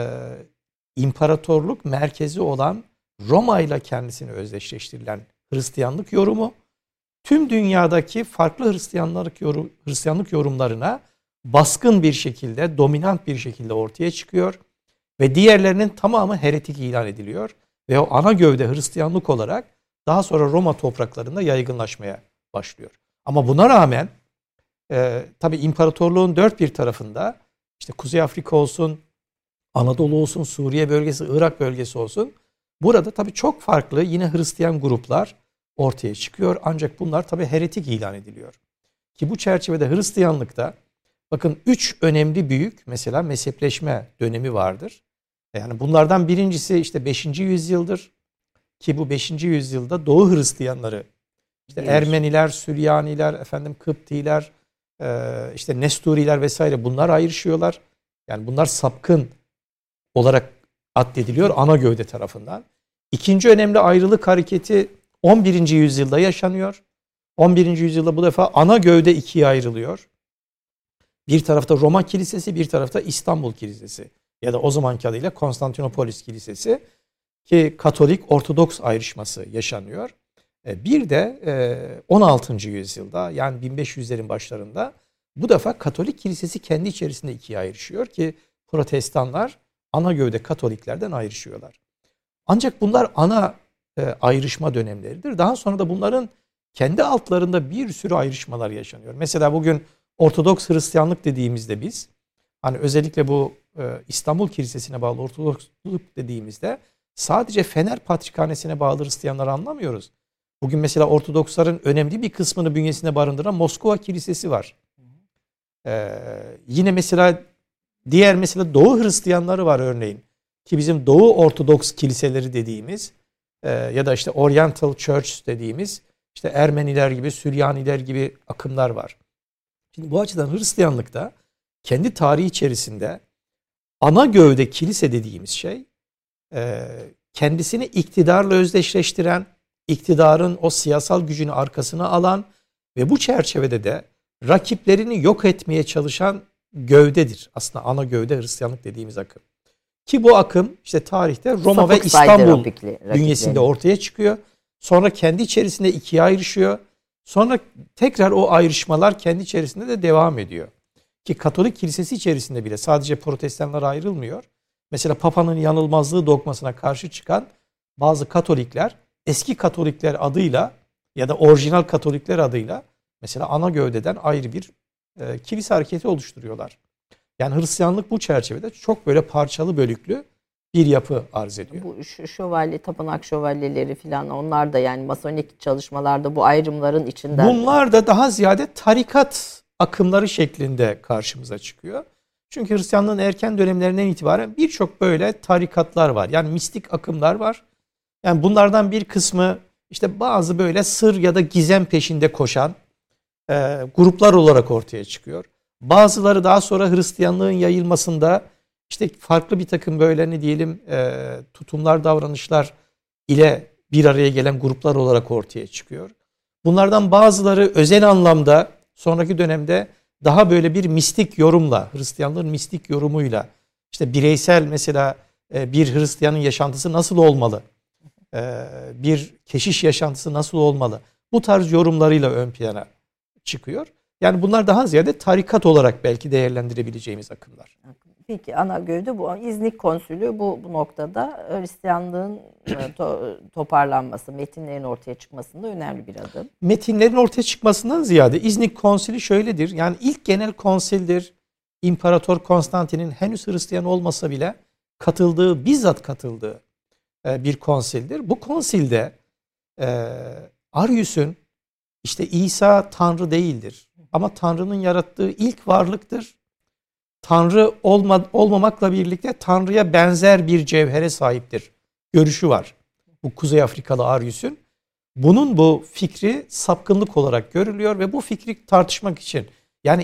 imparatorluk merkezi olan Roma ile kendisini özdeşleştirilen Hristiyanlık yorumu tüm dünyadaki farklı Hristiyanlık yorumlarına baskın bir şekilde, dominant bir şekilde ortaya çıkıyor ve diğerlerinin tamamı heretik ilan ediliyor ve o ana gövde Hristiyanlık olarak daha sonra Roma topraklarında yaygınlaşmaya başlıyor. Ama buna rağmen tabii imparatorluğun dört bir tarafında, işte Kuzey Afrika olsun, Anadolu olsun, Suriye bölgesi, Irak bölgesi olsun, burada tabii çok farklı yine Hristiyan gruplar ortaya çıkıyor. Ancak bunlar tabii heretik ilan ediliyor. Ki bu çerçevede Hristiyanlıkta bakın 3 önemli büyük mesela mezhepleşme dönemi vardır. Yani bunlardan birincisi işte 5. yüzyıldır. Ki bu 5. yüzyılda Doğu Hristiyanları, işte Ermeniler, Süryaniler, Kıptiler, işte Nesturiler vesaire, bunlar ayrışıyorlar. Yani bunlar sapkın olarak addediliyor ana gövde tarafından. İkinci önemli ayrılık hareketi 11. yüzyılda yaşanıyor. 11. yüzyılda bu defa ana gövde ikiye ayrılıyor. Bir tarafta Roma Kilisesi, bir tarafta İstanbul Kilisesi ya da o zamanki adıyla Konstantinopolis Kilisesi, ki Katolik Ortodoks ayrışması yaşanıyor. Bir de 16. yüzyılda, yani 1500'lerin başlarında bu defa Katolik Kilisesi kendi içerisinde ikiye ayrışıyor ki Protestanlar ana gövde Katoliklerden ayrışıyorlar. Ancak bunlar ana ayrışma dönemleridir. Daha sonra da bunların kendi altlarında bir sürü ayrışmalar yaşanıyor. Mesela bugün Ortodoks Hristiyanlık dediğimizde biz, hani özellikle bu İstanbul Kilisesi'ne bağlı Ortodoksluk dediğimizde sadece Fener Patrikhanesi'ne bağlı Hristiyanları anlamıyoruz. Bugün mesela Ortodoksların önemli bir kısmını bünyesinde barındıran Moskova Kilisesi var. Yine mesela diğer mesela Doğu Hristiyanları var örneğin. Ki bizim Doğu Ortodoks kiliseleri dediğimiz ya da işte Oriental Church dediğimiz işte Ermeniler gibi, Süryaniler gibi akımlar var. Şimdi bu açıdan Hristiyanlıkta kendi tarihi içerisinde ana gövde kilise dediğimiz şey kendisini iktidarla özdeşleştiren, iktidarın o siyasal gücünü arkasına alan ve bu çerçevede de rakiplerini yok etmeye çalışan gövdedir. Aslında ana gövde Hristiyanlık dediğimiz akım. Ki bu akım işte tarihte Roma ve İstanbul bünyesinde ortaya çıkıyor. Sonra kendi içerisinde ikiye ayrışıyor. Sonra tekrar o ayrışmalar kendi içerisinde de devam ediyor. Ki Katolik kilisesi içerisinde bile sadece Protestanlar ayrılmıyor. Mesela Papa'nın yanılmazlığı dogmasına karşı çıkan bazı Katolikler eski Katolikler adıyla ya da orijinal Katolikler adıyla mesela ana gövdeden ayrı bir kilise hareketi oluşturuyorlar. Yani Hristiyanlık bu çerçevede çok böyle parçalı bölüklü bir yapı arz ediyor. Bu şövalye, tapınak şövalyeleri falan onlar da yani masonik çalışmalarda bu ayrımların içinden. Bunlar da daha ziyade tarikat akımları şeklinde karşımıza çıkıyor. Çünkü Hristiyanlığın erken dönemlerinden itibaren birçok böyle tarikatlar var. Yani mistik akımlar var. Yani bunlardan bir kısmı işte bazı böyle sır ya da gizem peşinde koşan gruplar olarak ortaya çıkıyor. Bazıları daha sonra Hristiyanlığın yayılmasında işte farklı bir takım böyle ne diyelim tutumlar, davranışlar ile bir araya gelen gruplar olarak ortaya çıkıyor. Bunlardan bazıları özel anlamda sonraki dönemde daha böyle bir mistik yorumla, Hristiyanlığın mistik yorumuyla işte bireysel mesela bir Hristiyanın yaşantısı nasıl olmalı? Bir keşiş yaşantısı nasıl olmalı? Bu tarz yorumlarıyla ön plana çıkıyor. Yani bunlar daha ziyade tarikat olarak belki değerlendirebileceğimiz akımlar. Peki ana gövde bu. İznik Konsülü bu noktada Hristiyanlığın toparlanması, metinlerin ortaya çıkmasında önemli bir adım. Metinlerin ortaya çıkmasından ziyade İznik Konsülü şöyledir. Yani ilk genel konsildir. İmparator Konstantin'in henüz Hristiyan olmasa bile bizzat katıldığı bir konsildir. Bu konsilde Arius'un işte İsa Tanrı değildir ama Tanrı'nın yarattığı ilk varlıktır. Tanrı olmamakla birlikte Tanrı'ya benzer bir cevhere sahiptir görüşü var. Bu Kuzey Afrikalı Arius'un. Bunun bu fikri sapkınlık olarak görülüyor ve bu fikri tartışmak için yani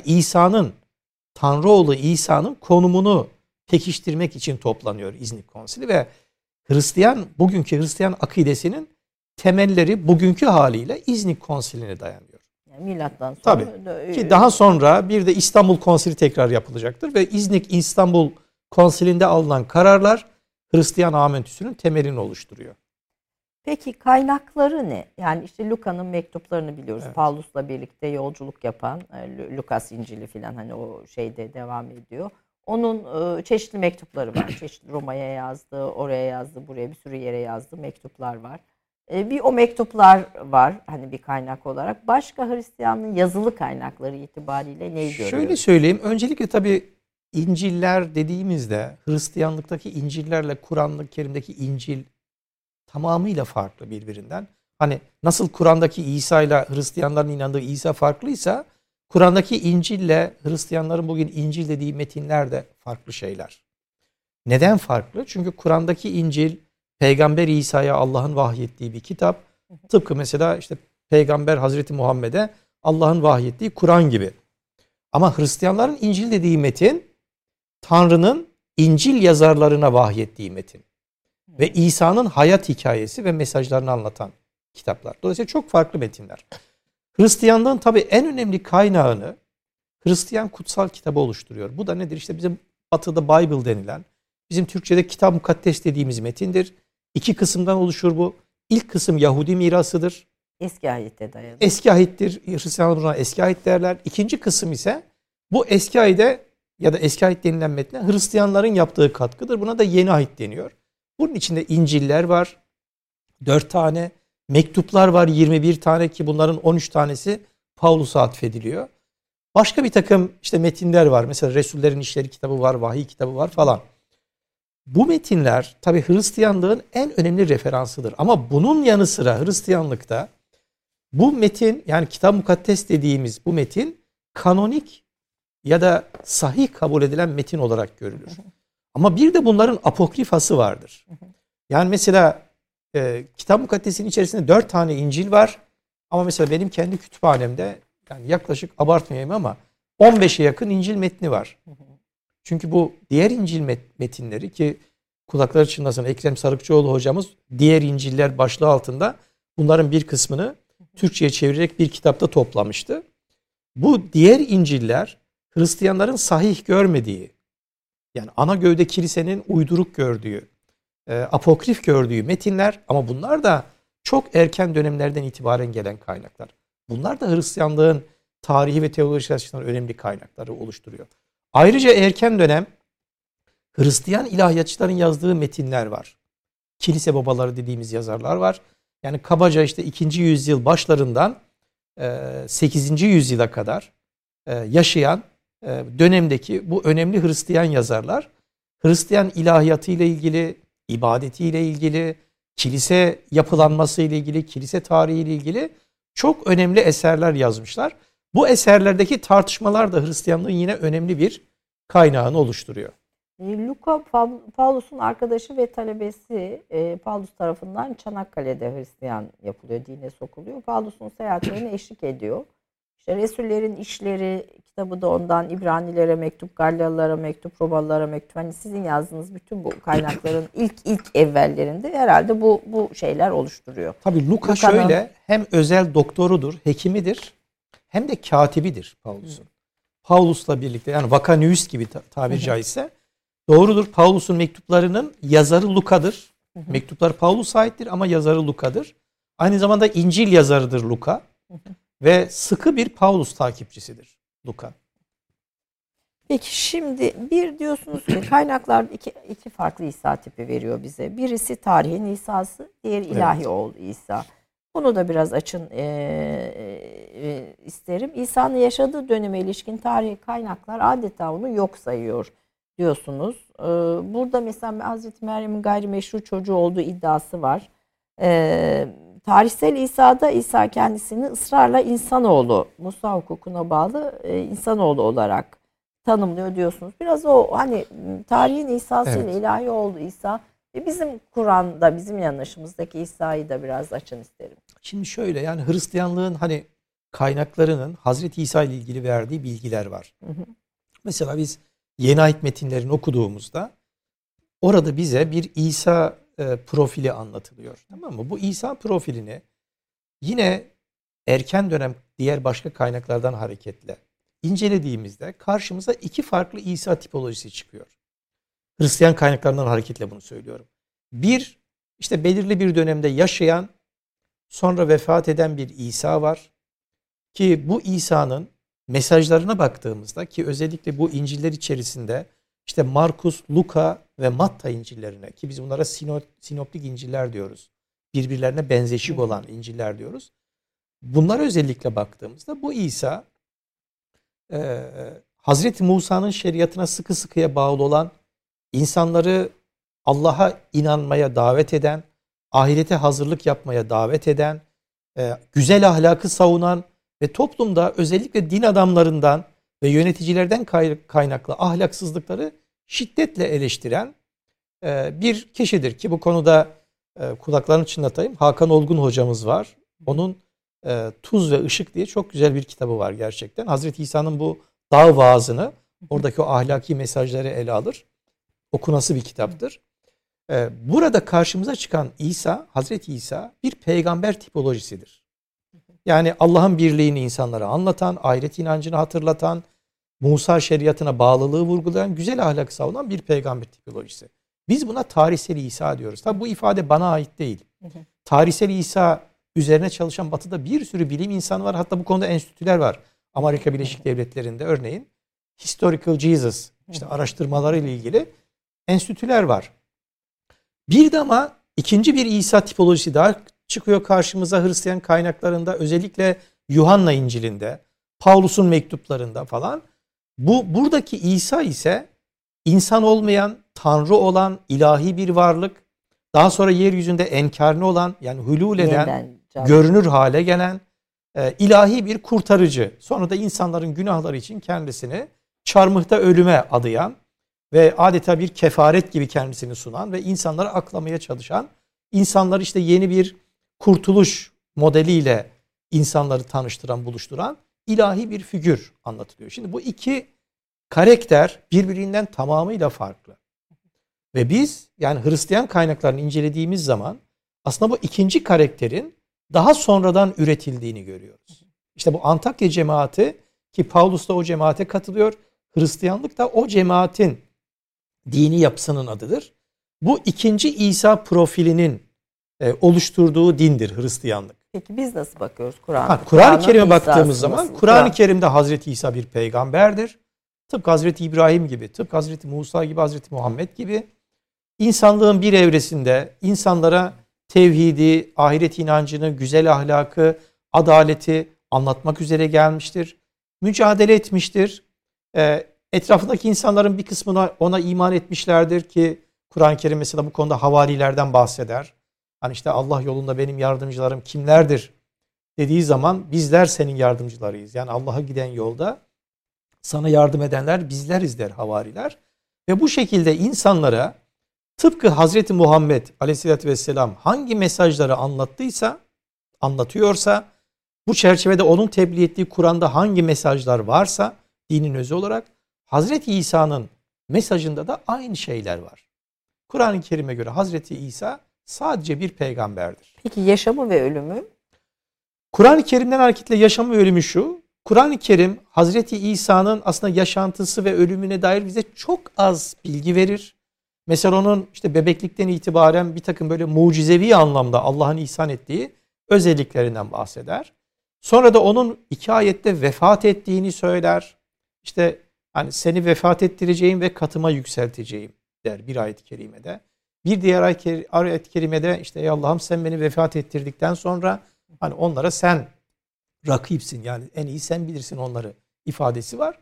Tanrıoğlu İsa'nın konumunu pekiştirmek için toplanıyor İznik Konsili ve bugünkü Hristiyan akidesinin temelleri bugünkü haliyle İznik Konsili'ne dayanıyor. Yani milattan sonra. Tabii. Ki daha sonra bir de İstanbul Konsili tekrar yapılacaktır ve İstanbul Konsili'nde alınan kararlar Hristiyan amentüsünün temelini oluşturuyor. Peki kaynakları ne? Yani işte Luka'nın mektuplarını biliyoruz. Evet. Paulus'la birlikte yolculuk yapan Lukas İncil'i falan hani o şeyde devam ediyor. Onun çeşitli mektupları var. Çeşitli Roma'ya yazdı, oraya yazdı, buraya bir sürü yere yazdı mektuplar var. Bir o mektuplar var hani bir kaynak olarak. Başka Hristiyanlığın yazılı kaynakları itibariyle neyi görüyoruz? Şöyle söyleyeyim. Öncelikle tabii İncil'ler dediğimizde Hristiyanlıktaki İncil'lerle Kur'an-ı Kerim'deki İncil tamamıyla farklı birbirinden. Hani nasıl Kur'an'daki İsa ile Hristiyanların inandığı İsa farklıysa Kur'an'daki İncil'le Hristiyanların bugün İncil dediği metinler de farklı şeyler. Neden farklı? Çünkü Kur'an'daki İncil Peygamber İsa'ya Allah'ın vahyettiği bir kitap. Tıpkı mesela işte Peygamber Hazreti Muhammed'e Allah'ın vahyettiği Kur'an gibi. Ama Hristiyanların İncil dediği metin Tanrı'nın İncil yazarlarına vahyettiği metin. Ve İsa'nın hayat hikayesi ve mesajlarını anlatan kitaplar. Dolayısıyla çok farklı metinler. Hristiyanlığın tabii en önemli kaynağını Hristiyan kutsal kitabı oluşturuyor. Bu da nedir? İşte bizim Batı'da Bible denilen, bizim Türkçe'de Kitab-ı Mukaddes dediğimiz metindir. 2 kısımdan oluşur bu. İlk kısım Yahudi mirasıdır. Eski ahite dayalı. Eski ahittir. Hristiyanlar buna eski ahit derler. İkinci kısım ise bu eski ahide ya da eski ahit denilen metne Hristiyanların yaptığı katkıdır. Buna da yeni ahit deniyor. Bunun içinde İncil'ler var. 4 tane. Mektuplar var 21 tane ki bunların 13 tanesi Paulus'a atfediliyor. Başka bir takım işte metinler var. Mesela Resullerin İşleri kitabı var, Vahiy kitabı var falan. Bu metinler tabii Hristiyanlığın en önemli referansıdır. Ama bunun yanı sıra Hristiyanlıkta Bu metin, yani Kitab-ı Mukaddes dediğimiz bu metin kanonik ya da sahih kabul edilen metin olarak görülür. Ama bir de bunların apokrifası vardır. Yani mesela Kitab-ı Mukaddes'in içerisinde 4 tane İncil var. Ama mesela benim kendi kütüphanemde, yani yaklaşık, abartmayayım ama 15'e yakın İncil metni var. Çünkü bu diğer İncil metinleri, ki kulakları çınlasın, Ekrem Sarıkçıoğlu hocamız diğer İncil'ler başlığı altında bunların bir kısmını Türkçe'ye çevirerek bir kitapta toplamıştı. Bu diğer İncil'ler Hristiyanların sahih görmediği, yani ana gövde kilisenin uyduruk gördüğü, apokrif gördüğü metinler, ama bunlar da çok erken dönemlerden itibaren gelen kaynaklar. Bunlar da Hristiyanlığın tarihi ve teolojisi açısından önemli kaynakları oluşturuyor. Ayrıca erken dönem Hristiyan ilahiyatçıların yazdığı metinler var. Kilise babaları dediğimiz yazarlar var. Yani kabaca işte 2. yüzyıl başlarından 8. yüzyıla kadar yaşayan dönemdeki bu önemli Hristiyan yazarlar, Hristiyan ilahiyatı ile ilgili, ibadetiyle ilgili, kilise yapılanması ile ilgili, kilise tarihi ile ilgili çok önemli eserler yazmışlar. Bu eserlerdeki tartışmalar da Hristiyanlığın yine önemli bir kaynağını oluşturuyor. Luka, Paulus'un arkadaşı ve talebesi, Paulus tarafından Çanakkale'de Hristiyan yapılıyor, dine sokuluyor. Paulus'un seyahatlerine eşlik ediyor. İşte Resullerin İşleri kitabı da ondan, İbranilere mektup, Galyalılara mektup, Romalılara mektup. Hani sizin yazdığınız bütün bu kaynakların ilk evvellerinde herhalde bu şeyler oluşturuyor. Tabii Luka şöyle, hem özel doktorudur, hekimidir, hem de katibidir Paulus'un. Paulus'la birlikte, yani vakanüs gibi tabiri caizse, doğrudur. Paulus'un mektuplarının yazarı Luka'dır. Mektuplar Paulus'a aittir ama yazarı Luka'dır. Aynı zamanda İncil yazarıdır Luka. Ve sıkı bir Paulus takipçisidir Luka. Peki şimdi bir diyorsunuz ki kaynaklar iki farklı İsa tipi veriyor bize. Birisi tarihin İsa'sı, diğeri ilahi oğlu İsa. Bunu da biraz açın isterim. İsa'nın yaşadığı döneme ilişkin tarihi kaynaklar adeta onu yok sayıyor diyorsunuz. Burada mesela Hazreti Meryem'in gayrimeşru çocuğu olduğu iddiası var. Tarihsel İsa'da İsa kendisini ısrarla insanoğlu, Musa hukukuna bağlı insanoğlu olarak tanımlıyor diyorsunuz. Biraz o hani tarihin İsa'sı ile ilahi oğlu İsa ve bizim Kur'an'da, bizim yanlışımızdaki İsa'yı da biraz açın isterim. Şimdi şöyle, yani Hristiyanlığın hani kaynaklarının Hazreti İsa ile ilgili verdiği bilgiler var. Mesela biz Yeni Ahit metinlerini okuduğumuzda orada bize bir İsa profili anlatılıyor. Tamam mı? Bu İsa profilini yine erken dönem diğer başka kaynaklardan hareketle incelediğimizde karşımıza iki farklı İsa tipolojisi çıkıyor. Hristiyan kaynaklarından hareketle bunu söylüyorum. Bir, işte belirli bir dönemde yaşayan, sonra vefat eden bir İsa var. Ki bu İsa'nın mesajlarına baktığımızda, ki özellikle bu İncil'ler içerisinde işte Markus, Luka ve Matta İncil'lerine, ki biz bunlara sinoptik İncil'ler diyoruz. Birbirlerine benzeşik olan İncil'ler diyoruz. Bunlara özellikle baktığımızda bu İsa Hazreti Musa'nın şeriatına sıkı sıkıya bağlı olan, insanları Allah'a inanmaya davet eden, ahirete hazırlık yapmaya davet eden, güzel ahlakı savunan ve toplumda özellikle din adamlarından ve yöneticilerden kaynaklı ahlaksızlıkları şiddetle eleştiren bir kişidir. Ki bu konuda kulaklarını çınlatayım, Hakan Olgun hocamız var. Onun Tuz ve Işık diye çok güzel bir kitabı var gerçekten. Hazreti İsa'nın bu dağ vaazını, oradaki o ahlaki mesajları ele alır. Okunası bir kitaptır. Burada karşımıza çıkan İsa, Hazreti İsa bir peygamber tipolojisidir. Yani Allah'ın birliğini insanlara anlatan, ahiret inancını hatırlatan, Musa şeriatına bağlılığı vurgulayan, güzel ahlak savunan bir peygamber tipolojisi. Biz buna tarihsel İsa diyoruz. Tabi bu ifade bana ait değil. Tarihsel İsa üzerine çalışan Batı'da bir sürü bilim insanı var. Hatta bu konuda enstitüler var. Amerika Birleşik Devletleri'nde örneğin Historical Jesus, işte araştırmaları ile ilgili enstitüler var. Bir de ama ikinci bir İsa tipolojisi daha çıkıyor karşımıza Hristiyan kaynaklarında, özellikle Yuhanna İncil'inde, Paulus'un mektuplarında falan. Buradaki İsa ise insan olmayan, tanrı olan, ilahi bir varlık, daha sonra yeryüzünde enkarne olan, yani hülul eden, görünür hale gelen, ilahi bir kurtarıcı. Sonra da insanların günahları için kendisini çarmıhta ölüme adayan ve adeta bir kefaret gibi kendisini sunan ve insanları aklamaya çalışan, insanları işte yeni bir kurtuluş modeliyle insanları tanıştıran, buluşturan ilahi bir figür anlatılıyor. Şimdi bu iki karakter birbirinden tamamıyla farklı. Ve biz yani Hristiyan kaynaklarını incelediğimiz zaman aslında bu ikinci karakterin daha sonradan üretildiğini görüyoruz. İşte bu Antakya cemaati, ki Pavlus da o cemaate katılıyor. Hristiyanlık da o cemaatin dini yapısının adıdır. Bu ikinci İsa profilinin oluşturduğu dindir Hristiyanlık. Peki biz nasıl bakıyoruz Kur'an'a? Kur'an-ı Kerim'e baktığımız zaman Kur'an-ı Kerim'de Hazreti İsa bir peygamberdir. Tıpkı Hazreti İbrahim gibi, tıpkı Hazreti Musa gibi, Hazreti Muhammed gibi insanlığın bir evresinde insanlara tevhidi, ahiret inancını, güzel ahlakı, adaleti anlatmak üzere gelmiştir. Mücadele etmiştir. Etrafındaki insanların bir kısmına ona iman etmişlerdir ki Kur'an-ı Kerim mesela bu konuda havarilerden bahseder. Hani işte Allah yolunda benim yardımcılarım kimlerdir dediği zaman bizler senin yardımcılarıyız. Yani Allah'a giden yolda sana yardım edenler bizleriz der havariler. Ve bu şekilde insanlara tıpkı Hazreti Muhammed Aleyhisselatü Vesselam hangi mesajları anlatıyorsa, bu çerçevede onun tebliğ ettiği Kur'an'da hangi mesajlar varsa dinin özü olarak Hazreti İsa'nın mesajında da aynı şeyler var. Kur'an-ı Kerim'e göre Hazreti İsa sadece bir peygamberdir. Peki yaşamı ve ölümü? Kur'an-ı Kerim'den hareketle yaşamı ve ölümü şu. Kur'an-ı Kerim Hazreti İsa'nın aslında yaşantısı ve ölümüne dair bize çok az bilgi verir. Mesela onun işte bebeklikten itibaren bir takım böyle mucizevi anlamda Allah'ın ihsan ettiği özelliklerinden bahseder. Sonra da onun 2 ayette vefat ettiğini söyler. İşte hani seni vefat ettireceğim ve katıma yükselteceğim der bir ayet-i kerimede. Bir diğer ayet-i kerimede işte ey Allah'ım sen beni vefat ettirdikten sonra hani onlara sen rakipsin, yani en iyi sen bilirsin onları ifadesi var.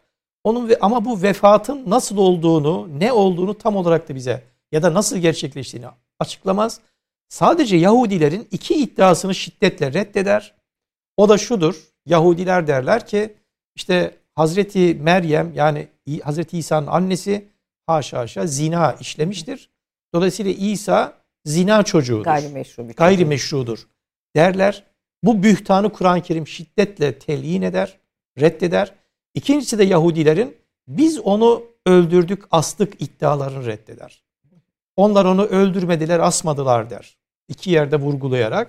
Ama bu vefatın nasıl olduğunu, ne olduğunu tam olarak da bize ya da nasıl gerçekleştiğini açıklamaz. Sadece Yahudilerin 2 iddiasını şiddetle reddeder. O da şudur: Yahudiler derler ki işte Hazreti Meryem, yani Hazreti İsa'nın annesi haşa zina işlemiştir. Dolayısıyla İsa zina çocuğudur. Gayrimeşrudur derler. Bu bühtanı Kur'an-ı Kerim şiddetle telyin eder, reddeder. İkincisi de Yahudilerin biz onu öldürdük, astık iddialarını reddeder. Onlar onu öldürmediler, asmadılar der. 2 yerde vurgulayarak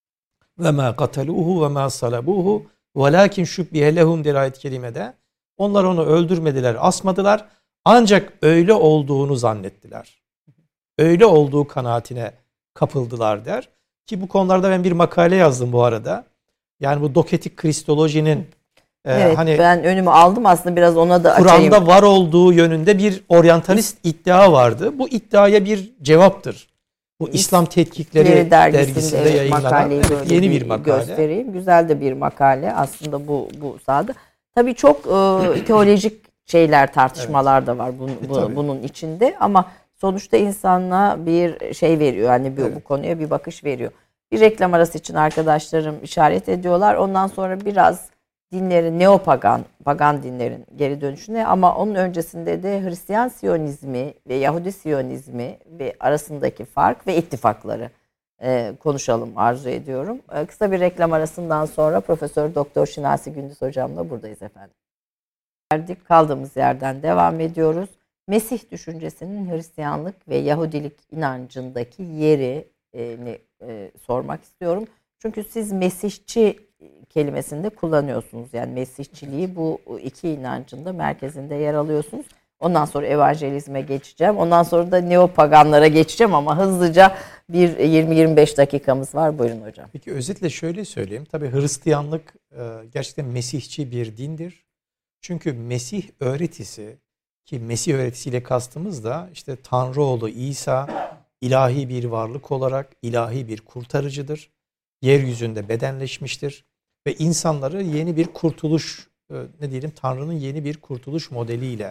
ve ma kataluhu ve ma salabuhu velakin şubbihe lehum der ayet-i kerimede. Onlar onu öldürmediler, asmadılar. Ancak öyle olduğunu zannettiler. Öyle olduğu kanaatine kapıldılar der. Ki bu konularda ben bir makale yazdım bu arada. Yani bu doketik kristolojinin evet, hani ben önümü aldım aslında, biraz ona da açayım. Kur'an'da var olduğu yönünde bir oryantalist iddia vardı. Bu iddiaya bir cevaptır. Bu İslam Tetkikleri dergisinde yayınlanan yeni bir makale. Göstereyim. Güzel de bir makale aslında bu sahada. Tabii çok teolojik şeyler, tartışmalar da var bunun içinde ama sonuçta insanlığa bir şey veriyor. Hani bu konuya bir bakış veriyor. Bir reklam arası için arkadaşlarım işaret ediyorlar. Ondan sonra biraz dinlerin, pagan dinlerin geri dönüşüne, ama onun öncesinde de Hristiyan Siyonizmi ve Yahudi Siyonizmi ve arasındaki fark ve ittifakları konuşalım arzu ediyorum. Kısa bir reklam arasından sonra Profesör Doktor Şinasi Gündüz hocamla buradayız efendim. Kaldığımız yerden devam ediyoruz. Mesih düşüncesinin Hristiyanlık ve Yahudilik inancındaki yerini sormak istiyorum. Çünkü siz Mesihçi kelimesini de kullanıyorsunuz. Yani Mesihçiliği bu 2 inancın da merkezinde yer alıyorsunuz. Ondan sonra evangelizme geçeceğim. Ondan sonra da neopaganlara geçeceğim ama hızlıca bir 20-25 dakikamız var. Buyurun hocam. Peki özetle şöyle söyleyeyim. Tabii Hristiyanlık gerçekten Mesihçi bir dindir. Çünkü Mesih öğretisi, ki Mesih öğretisiyle kastımız da işte Tanrı oğlu İsa ilahi bir varlık olarak ilahi bir kurtarıcıdır. Yeryüzünde bedenleşmiştir ve insanları yeni bir kurtuluş, Tanrı'nın yeni bir kurtuluş modeliyle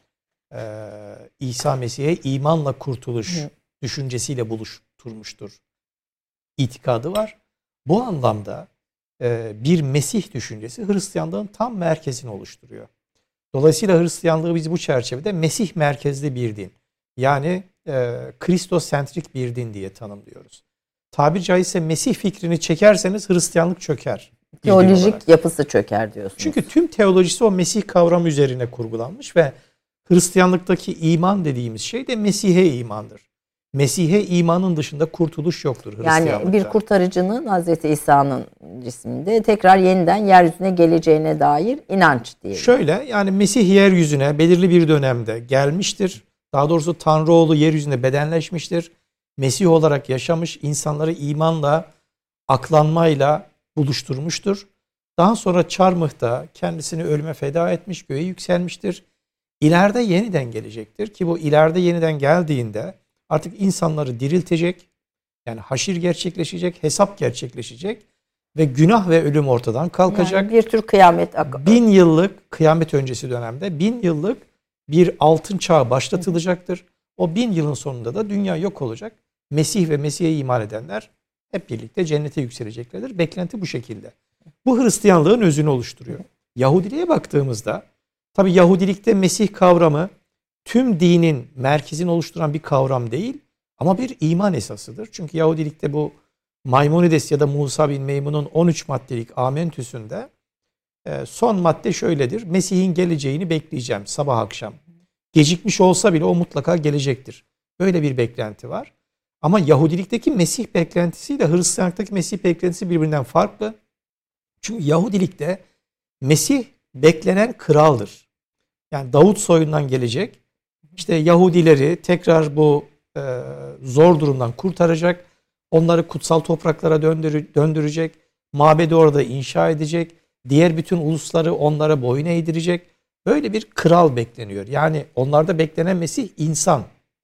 İsa Mesih'e imanla kurtuluş düşüncesiyle buluşturmuştur. İtikadı var. Bu anlamda bir Mesih düşüncesi Hristiyanlığın tam merkezini oluşturuyor. Dolayısıyla Hristiyanlığı biz bu çerçevede Mesih merkezli bir din. Yani Kristosentrik bir din diye tanımlıyoruz. Tabiri caizse Mesih fikrini çekerseniz Hristiyanlık çöker. Teolojik yapısı çöker diyorsunuz. Çünkü tüm teolojisi o Mesih kavramı üzerine kurgulanmış ve Hristiyanlıktaki iman dediğimiz şey de Mesih'e imandır. Mesih'e imanın dışında kurtuluş yoktur Hristiyanlıkta. Yani bir kurtarıcının Hazreti İsa'nın cisminde tekrar yeniden yeryüzüne geleceğine dair inanç diyelim. Şöyle, yani Mesih yeryüzüne belirli bir dönemde gelmiştir. Daha doğrusu Tanrı oğlu yeryüzünde bedenleşmiştir. Mesih olarak yaşamış, insanları imanla, aklanmayla buluşturmuştur. Daha sonra Çarmıh'ta kendisini ölüme feda etmiş, göğe yükselmiştir. İleride yeniden gelecektir ki bu ileride yeniden geldiğinde artık insanları diriltecek, yani haşir gerçekleşecek, hesap gerçekleşecek ve günah ve ölüm ortadan kalkacak. Yani bir tür kıyamet. 1000 yıllık kıyamet öncesi dönemde 1000 yıllık bir altın çağ başlatılacaktır. O 1000 yılın sonunda da dünya yok olacak. Mesih ve Mesih'e iman edenler hep birlikte cennete yükseleceklerdir. Beklenti bu şekilde. Bu Hristiyanlığın özünü oluşturuyor. Yahudiliğe baktığımızda tabi Yahudilikte Mesih kavramı tüm dinin merkezini oluşturan bir kavram değil ama bir iman esasıdır. Çünkü Yahudilikte bu Maimonides ya da Musa bin Meymun'un 13 maddelik Amentüsünde son madde şöyledir. Mesih'in geleceğini bekleyeceğim sabah akşam. Gecikmiş olsa bile o mutlaka gelecektir. Böyle bir beklenti var. Ama Yahudilikteki Mesih beklentisiyle Hristiyanlıktaki Mesih beklentisi birbirinden farklı. Çünkü Yahudilikte Mesih beklenen kraldır. Yani Davut soyundan gelecek. İşte Yahudileri tekrar bu zor durumdan kurtaracak. Onları kutsal topraklara döndürecek. Mabedi orada inşa edecek. Diğer bütün ulusları onlara boyun eğdirecek. Böyle bir kral bekleniyor. Yani onlarda beklenen Mesih insan.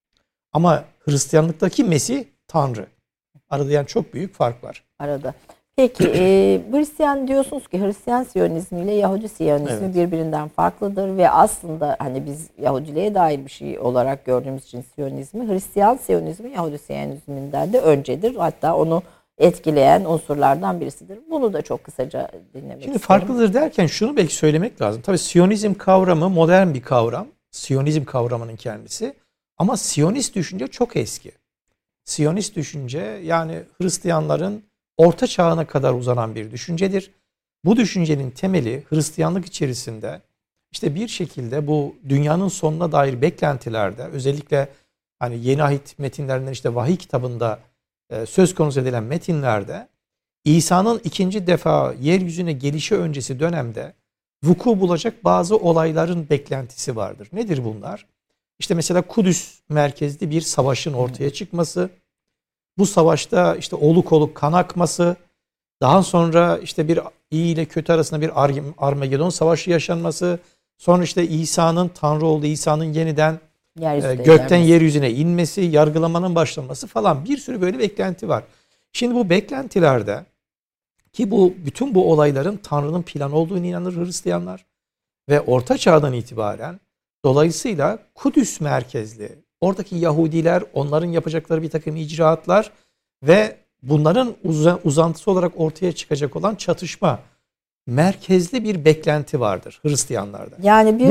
Ama Hristiyanlıktaki Mesih Tanrı. Arada yani çok büyük fark var. Arada. Peki Hristiyan diyorsunuz ki Hristiyan Siyonizmi ile Yahudi Siyonizmi birbirinden farklıdır ve aslında hani biz Yahudiliğe dair bir şey olarak gördüğümüz için Siyonizmi, Hristiyan Siyonizmi Yahudi Siyonizminden de öncedir. Hatta onu etkileyen unsurlardan birisidir. Bunu da çok kısaca dinlemek isterim. Şimdi farklıdır derken şunu belki söylemek lazım. Tabii Siyonizm kavramı modern bir kavram. Siyonizm kavramının kendisi. Ama Siyonist düşünce çok eski. Siyonist düşünce yani Hristiyanların Orta Çağ'ına kadar uzanan bir düşüncedir. Bu düşüncenin temeli Hristiyanlık içerisinde işte bir şekilde bu dünyanın sonuna dair beklentilerde özellikle hani Yeni Ahit metinlerinden işte Vahiy kitabında söz konusu edilen metinlerde İsa'nın ikinci defa yeryüzüne gelişi öncesi dönemde vuku bulacak bazı olayların beklentisi vardır. Nedir bunlar? İşte mesela Kudüs merkezli bir savaşın ortaya çıkması, bu savaşta işte oluk oluk kan akması, daha sonra işte bir iyi ile kötü arasında bir Armagedon savaşı yaşanması, sonra işte İsa'nın Tanrı olduğu İsa'nın yeniden gökten yeryüzüne inmesi, yargılamanın başlaması falan bir sürü böyle beklenti var. Şimdi bu beklentilerde ki bütün bu olayların Tanrı'nın planı olduğunu inanır Hristiyanlar ve Orta Çağ'dan itibaren dolayısıyla Kudüs merkezli oradaki Yahudiler onların yapacakları bir takım icraatlar ve bunların uzantısı olarak ortaya çıkacak olan çatışma merkezli bir beklenti vardır Hristiyanlarda. Yani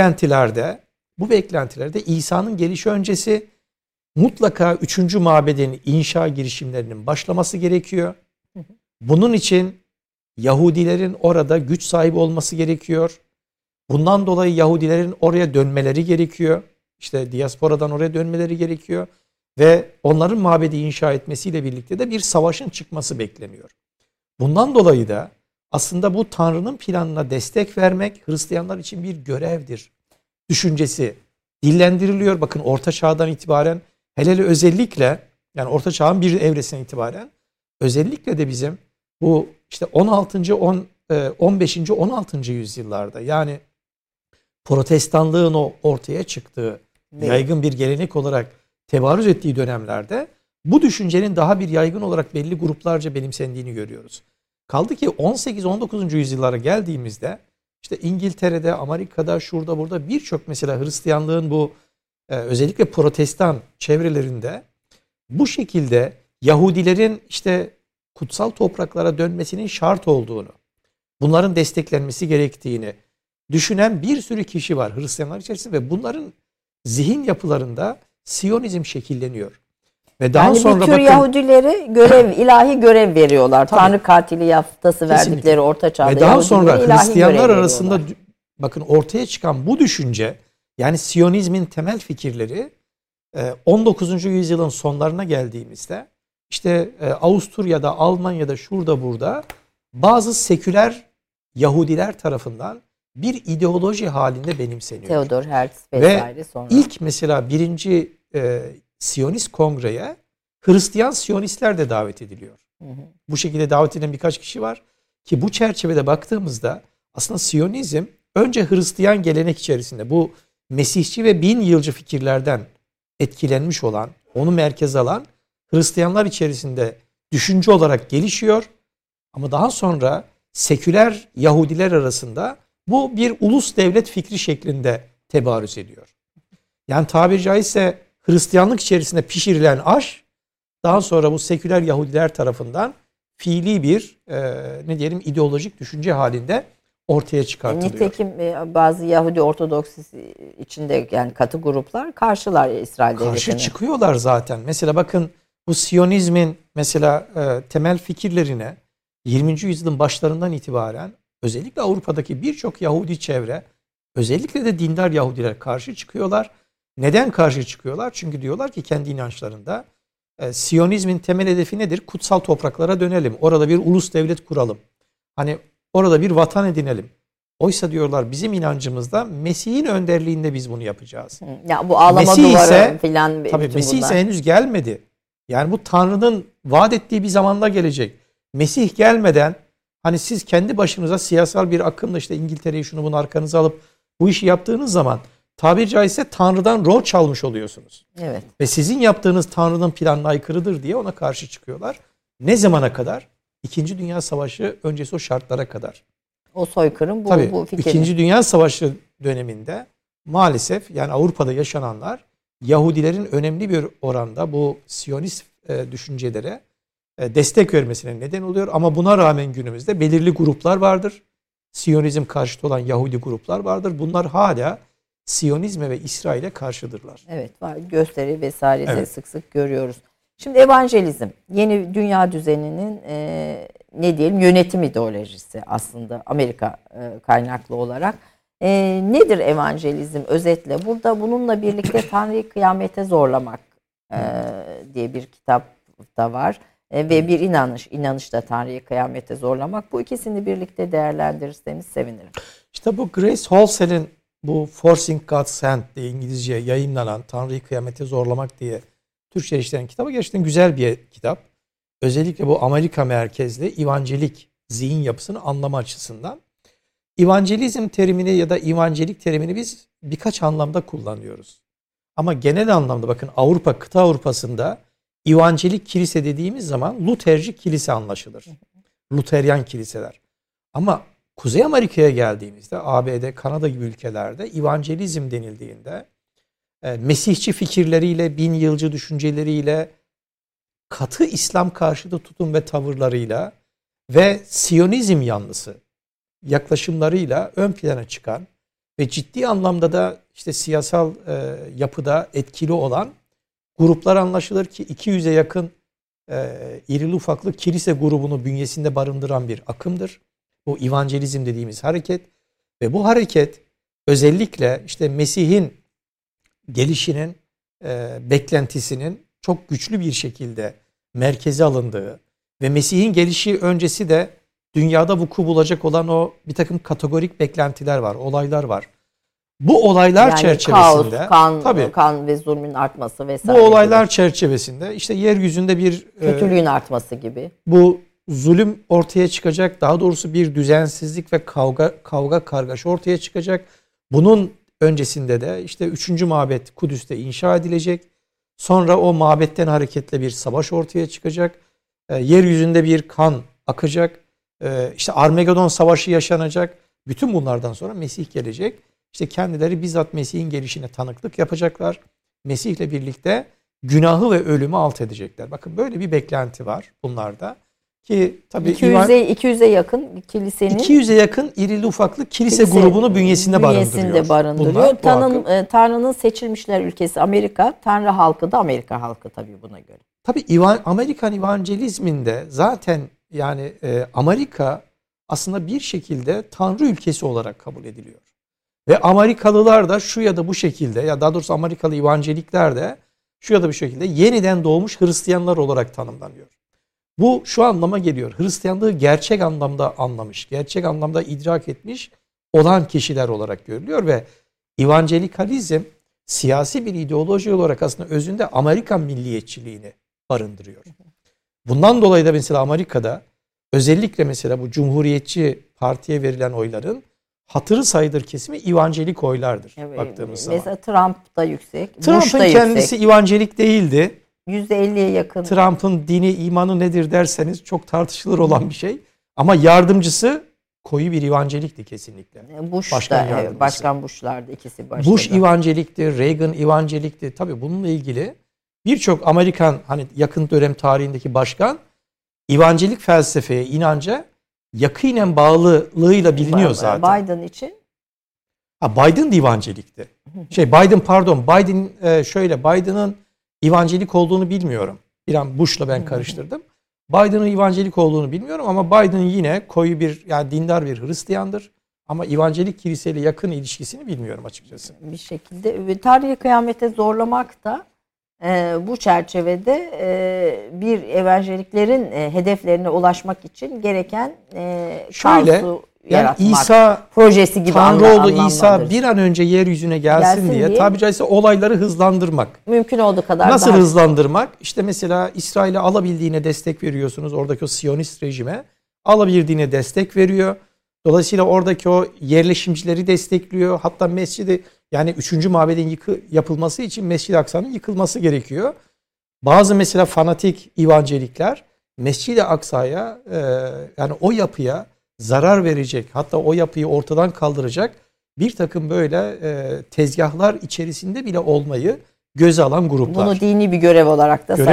Bu beklentilerde İsa'nın gelişi öncesi mutlaka 3. mabedin inşa girişimlerinin başlaması gerekiyor. Bunun için Yahudilerin orada güç sahibi olması gerekiyor. Bundan dolayı Yahudilerin oraya dönmeleri gerekiyor. İşte diasporadan oraya dönmeleri gerekiyor. Ve onların mabedi inşa etmesiyle birlikte de bir savaşın çıkması bekleniyor. Bundan dolayı da aslında bu Tanrı'nın planına destek vermek Hristiyanlar için bir görevdir düşüncesi dillendiriliyor. Bakın Orta Çağ'dan itibaren hele özellikle yani Orta Çağ'ın bir evresine itibaren özellikle de bizim bu işte 15. 16. yüzyıllarda yani Protestanlığın o ortaya çıktığı yaygın bir gelenek olarak tebarüz ettiği dönemlerde bu düşüncenin daha bir yaygın olarak belli gruplarca benimsendiğini görüyoruz. Kaldı ki 18-19. yüzyıllara geldiğimizde işte İngiltere'de, Amerika'da, şurada burada birçok mesela Hristiyanlığın bu özellikle Protestan çevrelerinde bu şekilde Yahudilerin işte kutsal topraklara dönmesinin şart olduğunu, bunların desteklenmesi gerektiğini düşünen bir sürü kişi var Hristiyanlar içerisinde ve bunların zihin yapılarında Siyonizm şekilleniyor. Ve daha Yani sonra bir tür bakın, Yahudilere ilahi görev veriyorlar. Tabii. Tanrı katili yaftası Kesinlikle. verdikleri Orta Çağ'da ve daha Yahudilere sonra ilahi Hristiyanlar görev arasında veriyorlar. bakın ortaya çıkan bu düşünce, yani Siyonizmin temel fikirleri 19. yüzyılın sonlarına geldiğimizde işte Avusturya'da, Almanya'da, şurada burada bazı seküler Yahudiler tarafından bir ideoloji halinde benimseniyor. Theodor Herzl Ve vesaire sonra. ilk mesela birinci Siyonist kongreye Hristiyan Siyonistler de davet ediliyor. Hı hı. Bu şekilde davet edilen birkaç kişi var ki bu çerçevede baktığımızda aslında Siyonizm önce Hristiyan gelenek içerisinde bu Mesihçi ve 1000 yılcı fikirlerden etkilenmiş olan, onu merkeze alan Hristiyanlar içerisinde düşünce olarak gelişiyor. Ama daha sonra seküler Yahudiler arasında bu bir ulus devlet fikri şeklinde tebarüz ediyor. Yani tabiri caizse Hristiyanlık içerisinde pişirilen aş daha sonra bu seküler Yahudiler tarafından fiili bir ne diyelim ideolojik düşünce halinde ortaya çıkartılıyor. Nitekim bazı Yahudi Ortodoksisi içinde yani katı gruplar karşılar İsrail devletine. Karşı çıkıyorlar zaten. Mesela bakın bu Siyonizmin mesela temel fikirlerine 20. yüzyılın başlarından itibaren özellikle Avrupa'daki birçok Yahudi çevre, özellikle de dindar Yahudiler karşı çıkıyorlar. Neden karşı çıkıyorlar? Çünkü diyorlar ki kendi inançlarında Siyonizmin temel hedefi nedir? Kutsal topraklara dönelim. Orada bir ulus devlet kuralım. Hani orada bir vatan edinelim. Oysa diyorlar bizim inancımızda Mesih'in önderliğinde biz bunu yapacağız. Ya bu ağlama Mesih duvarı ise, falan. Tabii Mesih bunlar. ise henüz gelmedi. Yani bu Tanrı'nın vaat ettiği bir zamanda gelecek. Mesih gelmeden hani siz kendi başınıza siyasal bir akımla işte İngiltere'yi şunu bunu arkanıza alıp bu işi yaptığınız zaman tabiri caizse Tanrı'dan rol çalmış oluyorsunuz. Evet. Ve sizin yaptığınız Tanrı'nın planına aykırıdır diye ona karşı çıkıyorlar. Ne zamana kadar? İkinci Dünya Savaşı öncesi o şartlara kadar. O soykırım Tabii, bu fikir. İkinci Dünya Savaşı döneminde maalesef yani Avrupa'da yaşananlar Yahudilerin önemli bir oranda bu Siyonist düşüncelere destek vermesine neden oluyor. Ama buna rağmen günümüzde belirli gruplar vardır. Siyonizm karşıtı olan Yahudi gruplar vardır. Bunlar hala Siyonizme ve İsrail'e karşıdırlar. Evet, var. Gösteri vesaire de Evet. sık sık görüyoruz. Şimdi evangelizm, yeni dünya düzeninin ne diyelim yönetim ideolojisi aslında Amerika kaynaklı olarak. Nedir evangelizm özetle? Burada bununla birlikte Tanrı'yı kıyamete zorlamak diye bir kitap da var. Ve bir inanış da Tanrı'yı kıyamete zorlamak. Bu ikisini birlikte değerlendirirseniz sevinirim. İşte bu Grace Halsell'in bu Forcing God's Hand diye İngilizce yayınlanan Tanrı'yı kıyamete zorlamak diye Türkçe işlenen kitabı gerçekten güzel bir kitap. Özellikle bu Amerika merkezli evangelik zihin yapısını anlama açısından. Evangelizm terimini ya da evangelik terimini biz birkaç anlamda kullanıyoruz. Ama genel anlamda bakın Avrupa, kıta Avrupa'sında evangelik kilise dediğimiz zaman Luterci kilise anlaşılır. Luteryan kiliseler. Ama Kuzey Amerika'ya geldiğimizde ABD, Kanada gibi ülkelerde evangelizm denildiğinde Mesihçi fikirleriyle, 1000 yılcı düşünceleriyle, katı İslam karşıtı tutum ve tavırlarıyla ve Siyonizm yanlısı yaklaşımlarıyla ön plana çıkan ve ciddi anlamda da işte siyasal yapıda etkili olan gruplar anlaşılır ki 200'e yakın irili ufaklı kilise grubunu bünyesinde barındıran bir akımdır. Bu evangelizm dediğimiz hareket ve bu hareket özellikle işte Mesih'in gelişinin beklentisinin çok güçlü bir şekilde merkeze alındığı ve Mesih'in gelişi öncesi de dünyada vuku bulacak olan o bir takım kategorik beklentiler var, olaylar var. Bu olaylar Yani çerçevesinde kaos, kan ve zulmün artması bu vesaire. olaylar çerçevesinde işte yeryüzünde bir kötülüğün artması gibi. Bu zulüm ortaya çıkacak. Daha doğrusu bir düzensizlik ve kavga kargaşa ortaya çıkacak. Bunun öncesinde de işte 3. mabet Kudüs'te inşa edilecek. Sonra o mabetten hareketle bir savaş ortaya çıkacak. Yeryüzünde bir kan akacak. İşte Armagedon savaşı yaşanacak. Bütün bunlardan sonra Mesih gelecek. İşte kendileri bizzat Mesih'in gelişine tanıklık yapacaklar. Mesih'le birlikte günahı ve ölümü alt edecekler. Bakın böyle bir beklenti var bunlarda. Ki tabii 200'e yakın kilisenin 200'e yakın irili ufaklı kilise grubunu bünyesinde barındırıyor. Tanrı'nın seçilmişler ülkesi Amerika, Tanrı halkı da Amerika halkı tabii buna göre. Tabii Amerikan evangelizminde zaten yani Amerika aslında bir şekilde Tanrı ülkesi olarak kabul ediliyor. Ve Amerikalılar da şu ya da bu şekilde, ya daha doğrusu Amerikalı evangelikler de şu ya da bu şekilde yeniden doğmuş Hristiyanlar olarak tanımlanıyor. Bu şu anlama geliyor. Hristiyanlığı gerçek anlamda anlamış, gerçek anlamda idrak etmiş olan kişiler olarak görülüyor ve evangelikalizm siyasi bir ideoloji olarak aslında özünde Amerikan milliyetçiliğini barındırıyor. Bundan dolayı da mesela Amerika'da özellikle mesela bu Cumhuriyetçi Parti'ye verilen oyların hatırı sayılır kesimi evangelik oylardır baktığımız zaman. Mesela Trump da yüksek. Trump'ın kendisi evangelik değildi. %50'ye yakın. Trump'ın dini, imanı nedir derseniz çok tartışılır olan bir şey. Ama yardımcısı koyu bir evangelikti kesinlikle. Başkan Bush'lardı ikisi başladı. Bush evangelikti, Reagan evangelikti. Tabii bununla ilgili birçok Amerikan hani yakın dönem tarihindeki başkan evangelik felsefeye, inanca yakinen bağlılığıyla biliniyor zaten. Biden için? Biden da evangelikti. Biden'ın evangelik olduğunu bilmiyorum. Bir an Bush'la ben karıştırdım. Biden'ın evangelik olduğunu bilmiyorum ama Biden yine koyu bir, yani dindar bir Hristiyandır. Ama evangelik kiliseyle yakın ilişkisini bilmiyorum açıkçası. Bir şekilde tarihi kıyamete zorlamak da bu çerçevede bir evangeliklerin hedeflerine ulaşmak için gereken kaosu yaratmak İsa projesi gibi Tanrıoğlu İsa bir an önce yeryüzüne gelsin diye tabiri caizse olayları hızlandırmak. Mümkün olduğu kadar. Nasıl hızlandırmak? İşte mesela İsrail'e alabildiğine destek veriyorsunuz. Oradaki o Siyonist rejime alabildiğine destek veriyor. Dolayısıyla oradaki o yerleşimcileri destekliyor. Hatta mescidi, yani 3. mabedin yapılması için Mescid-i Aksa'nın yıkılması gerekiyor. Bazı mesela fanatik evangelikler Mescid-i Aksa'ya yani o yapıya zarar verecek, hatta o yapıyı ortadan kaldıracak bir takım böyle tezgahlar içerisinde bile olmayı göze alan gruplar. Bunu dini bir görev olarak da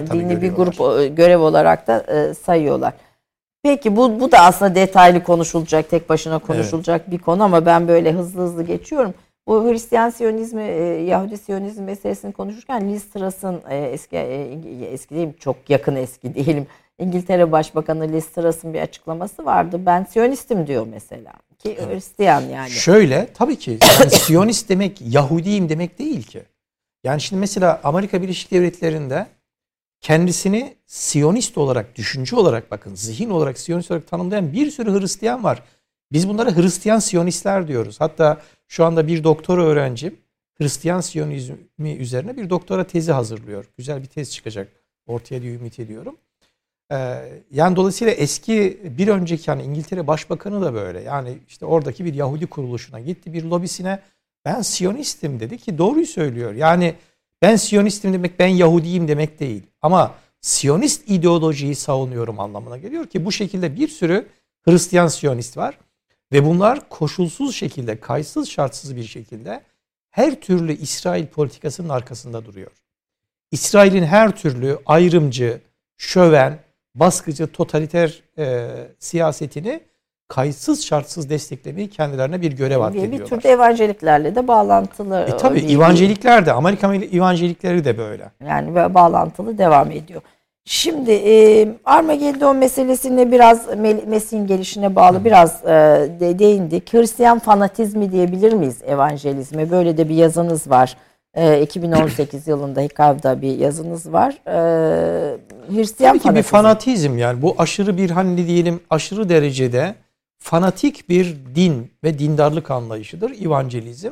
görev olarak da sayıyorlar. Peki bu da aslında detaylı konuşulacak, tek başına konuşulacak bir konu ama ben böyle hızlı geçiyorum. Bu Hristiyan Siyonizmi, Yahudi Siyonizmi meselesini konuşurken Liz Truss'ın eski değil, çok yakın eski diyelim, İngiltere Başbakanı Liz Truss'ın bir açıklaması vardı. Ben Siyonistim diyor mesela. Ki Hristiyan yani. Şöyle, tabii ki yani Siyonist demek Yahudiyim demek değil ki. Yani şimdi mesela Amerika Birleşik Devletleri'nde kendisini Siyonist olarak, düşünce olarak, bakın zihin olarak Siyonist olarak tanımlayan bir sürü Hristiyan var. Biz bunlara Hristiyan Siyonistler diyoruz. Hatta şu anda bir doktora öğrencim Hristiyan Siyonizmi üzerine bir doktora tezi hazırlıyor. Güzel bir tez çıkacak ortaya diye ümit ediyorum. Yani dolayısıyla eski bir önceki hani İngiltere Başbakanı da böyle. Yani işte oradaki bir Yahudi kuruluşuna gitti, bir lobisine ben Siyonistim dedi ki doğruyu söylüyor. Yani ben Siyonistim demek ben Yahudiyim demek değil. Ama Siyonist ideolojiyi savunuyorum anlamına geliyor ki bu şekilde bir sürü Hristiyan Siyonist var. Ve bunlar koşulsuz şekilde, kayıtsız şartsız bir şekilde her türlü İsrail politikasının arkasında duruyor. İsrail'in her türlü ayrımcı, şöven, baskıcı, totaliter siyasetini kayıtsız şartsız desteklemeyi kendilerine bir görev atfediyorlar. Bir tür evangeliklerle de bağlantılı. Tabii evangelikler de, Amerikan evangelikleri de böyle. Yani böyle bağlantılı devam ediyor. Şimdi Armageddon meselesine biraz Mesih'in gelişine bağlı biraz değindik. Hristiyan fanatizmi diyebilir miyiz evangelizme? Böyle de bir yazınız var. 2018 yılında Hikav'da bir yazınız var. Hristiyan fanatizm. Bir fanatizm, yani bu aşırı bir hani diyelim aşırı derecede fanatik bir din ve dindarlık anlayışıdır evangelizm.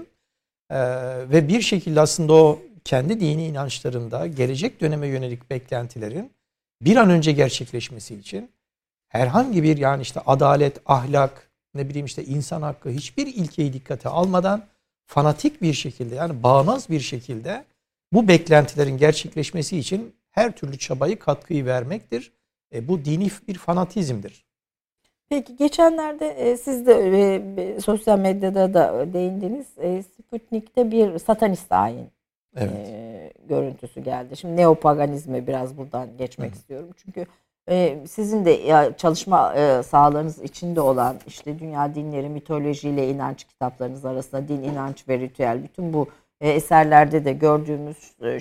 Ve bir şekilde aslında o kendi dini inançlarında gelecek döneme yönelik beklentilerin bir an önce gerçekleşmesi için herhangi bir yani işte adalet, ahlak, ne bileyim işte insan hakkı hiçbir ilkeyi dikkate almadan fanatik bir şekilde yani bağnaz bir şekilde bu beklentilerin gerçekleşmesi için her türlü çabayı, katkıyı vermektir. Bu dini bir fanatizmdir. Peki geçenlerde siz de sosyal medyada da değindiniz. Sputnik'te bir satanist ayin görüntüsü geldi. Şimdi neopaganizme biraz buradan geçmek istiyorum. Çünkü Sizin de çalışma sahalarınız içinde olan işte dünya dinleri, mitolojiyle inanç kitaplarınız arasında din, inanç ve ritüel, bütün bu eserlerde de gördüğümüz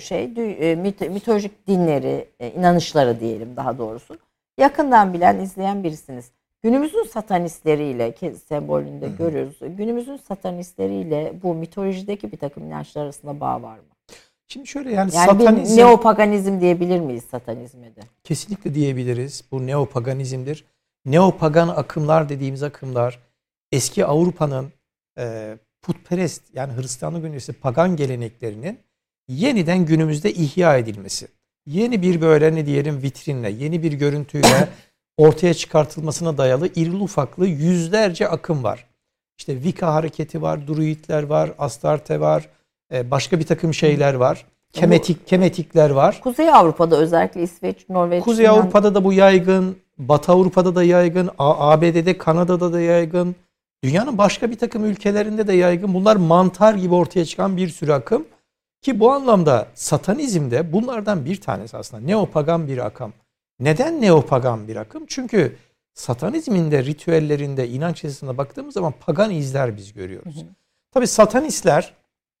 mitolojik dinleri, inanışları diyelim daha doğrusu. Yakından bilen, izleyen birisiniz. Günümüzün satanistleriyle, ki sembolünde görüyoruz, günümüzün satanistleriyle bu mitolojideki bir takım inançlar arasında bağ var mı? Şimdi şöyle yani satanizm, bir neopaganizm diyebilir miyiz satanizme de? Kesinlikle diyebiliriz. Bu neopaganizmdir. Neopagan akımlar dediğimiz akımlar eski Avrupa'nın putperest, yani Hristiyanlık öncesi pagan geleneklerinin yeniden günümüzde ihya edilmesi. Yeni bir böyle ne diyelim vitrinle, yeni bir görüntüyle ortaya çıkartılmasına dayalı irili ufaklı yüzlerce akım var. İşte Wicca hareketi var, Druidler var, Astarte var, başka bir takım şeyler var. Kemetikler var. Kuzey Avrupa'da özellikle İsveç, Norveç. Kuzey Avrupa'da da bu yaygın, Batı Avrupa'da da yaygın, ABD'de, Kanada'da da yaygın. Dünyanın başka bir takım ülkelerinde de yaygın. Bunlar mantar gibi ortaya çıkan bir sürü akım. Ki bu anlamda satanizm de bunlardan bir tanesi aslında. Neopagan bir akım. Neden neopagan bir akım? Çünkü satanizmin de ritüellerinde, inanç yazısına baktığımız zaman pagan izler biz görüyoruz. Tabii satanistler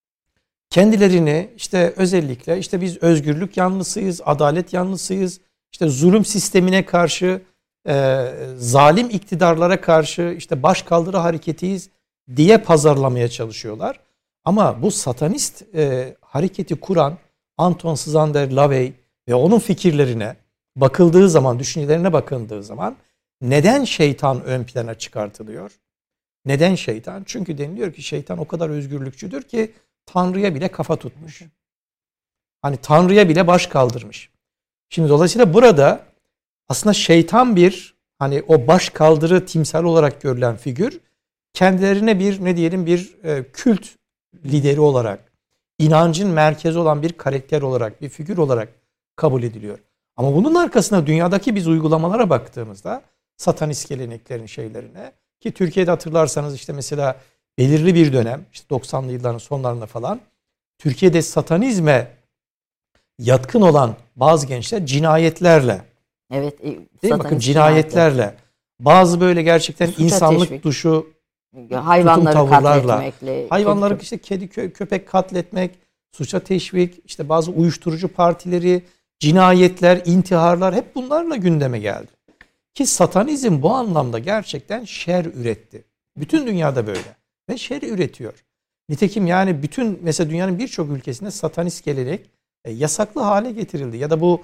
kendilerini işte özellikle işte biz özgürlük yanlısıyız, adalet yanlısıyız, işte zulüm sistemine karşı, zalim iktidarlara karşı işte başkaldırı hareketiyiz diye pazarlamaya çalışıyorlar. Ama bu satanist hareketi kuran Anton Szandor Lavey ve onun fikirlerine bakıldığı zaman, düşüncelerine bakıldığı zaman neden şeytan ön plana çıkartılıyor? Neden şeytan? Çünkü deniliyor ki şeytan o kadar özgürlükçüdür ki Tanrı'ya bile kafa tutmuş. Hani Tanrı'ya bile baş kaldırmış. Şimdi dolayısıyla burada aslında şeytan bir hani o baş kaldırı timsal olarak görülen figür kendilerine bir ne diyelim bir kült lideri olarak, inancın merkezi olan bir karakter olarak, bir figür olarak kabul ediliyor. Ama bunun arkasında dünyadaki biz uygulamalara baktığımızda satanist geleneklerin şeylerine, ki Türkiye'de hatırlarsanız işte mesela belirli bir dönem işte 90'lı yılların sonlarında falan Türkiye'de satanizme yatkın olan bazı gençler cinayetlerle, evet, değil mi? Bakın cinayetlerle, bazı böyle gerçekten suça insanlık teşvik, dışı hayvanları katletmekle, hayvanları işte kedi köpek katletmek, suça teşvik, işte bazı uyuşturucu partileri, cinayetler, intiharlar hep bunlarla gündeme geldi. Ki satanizm bu anlamda gerçekten şer üretti. Bütün dünyada böyle ve şer üretiyor. Nitekim yani bütün mesela dünyanın birçok ülkesinde satanist gelenek yasaklı hale getirildi ya da bu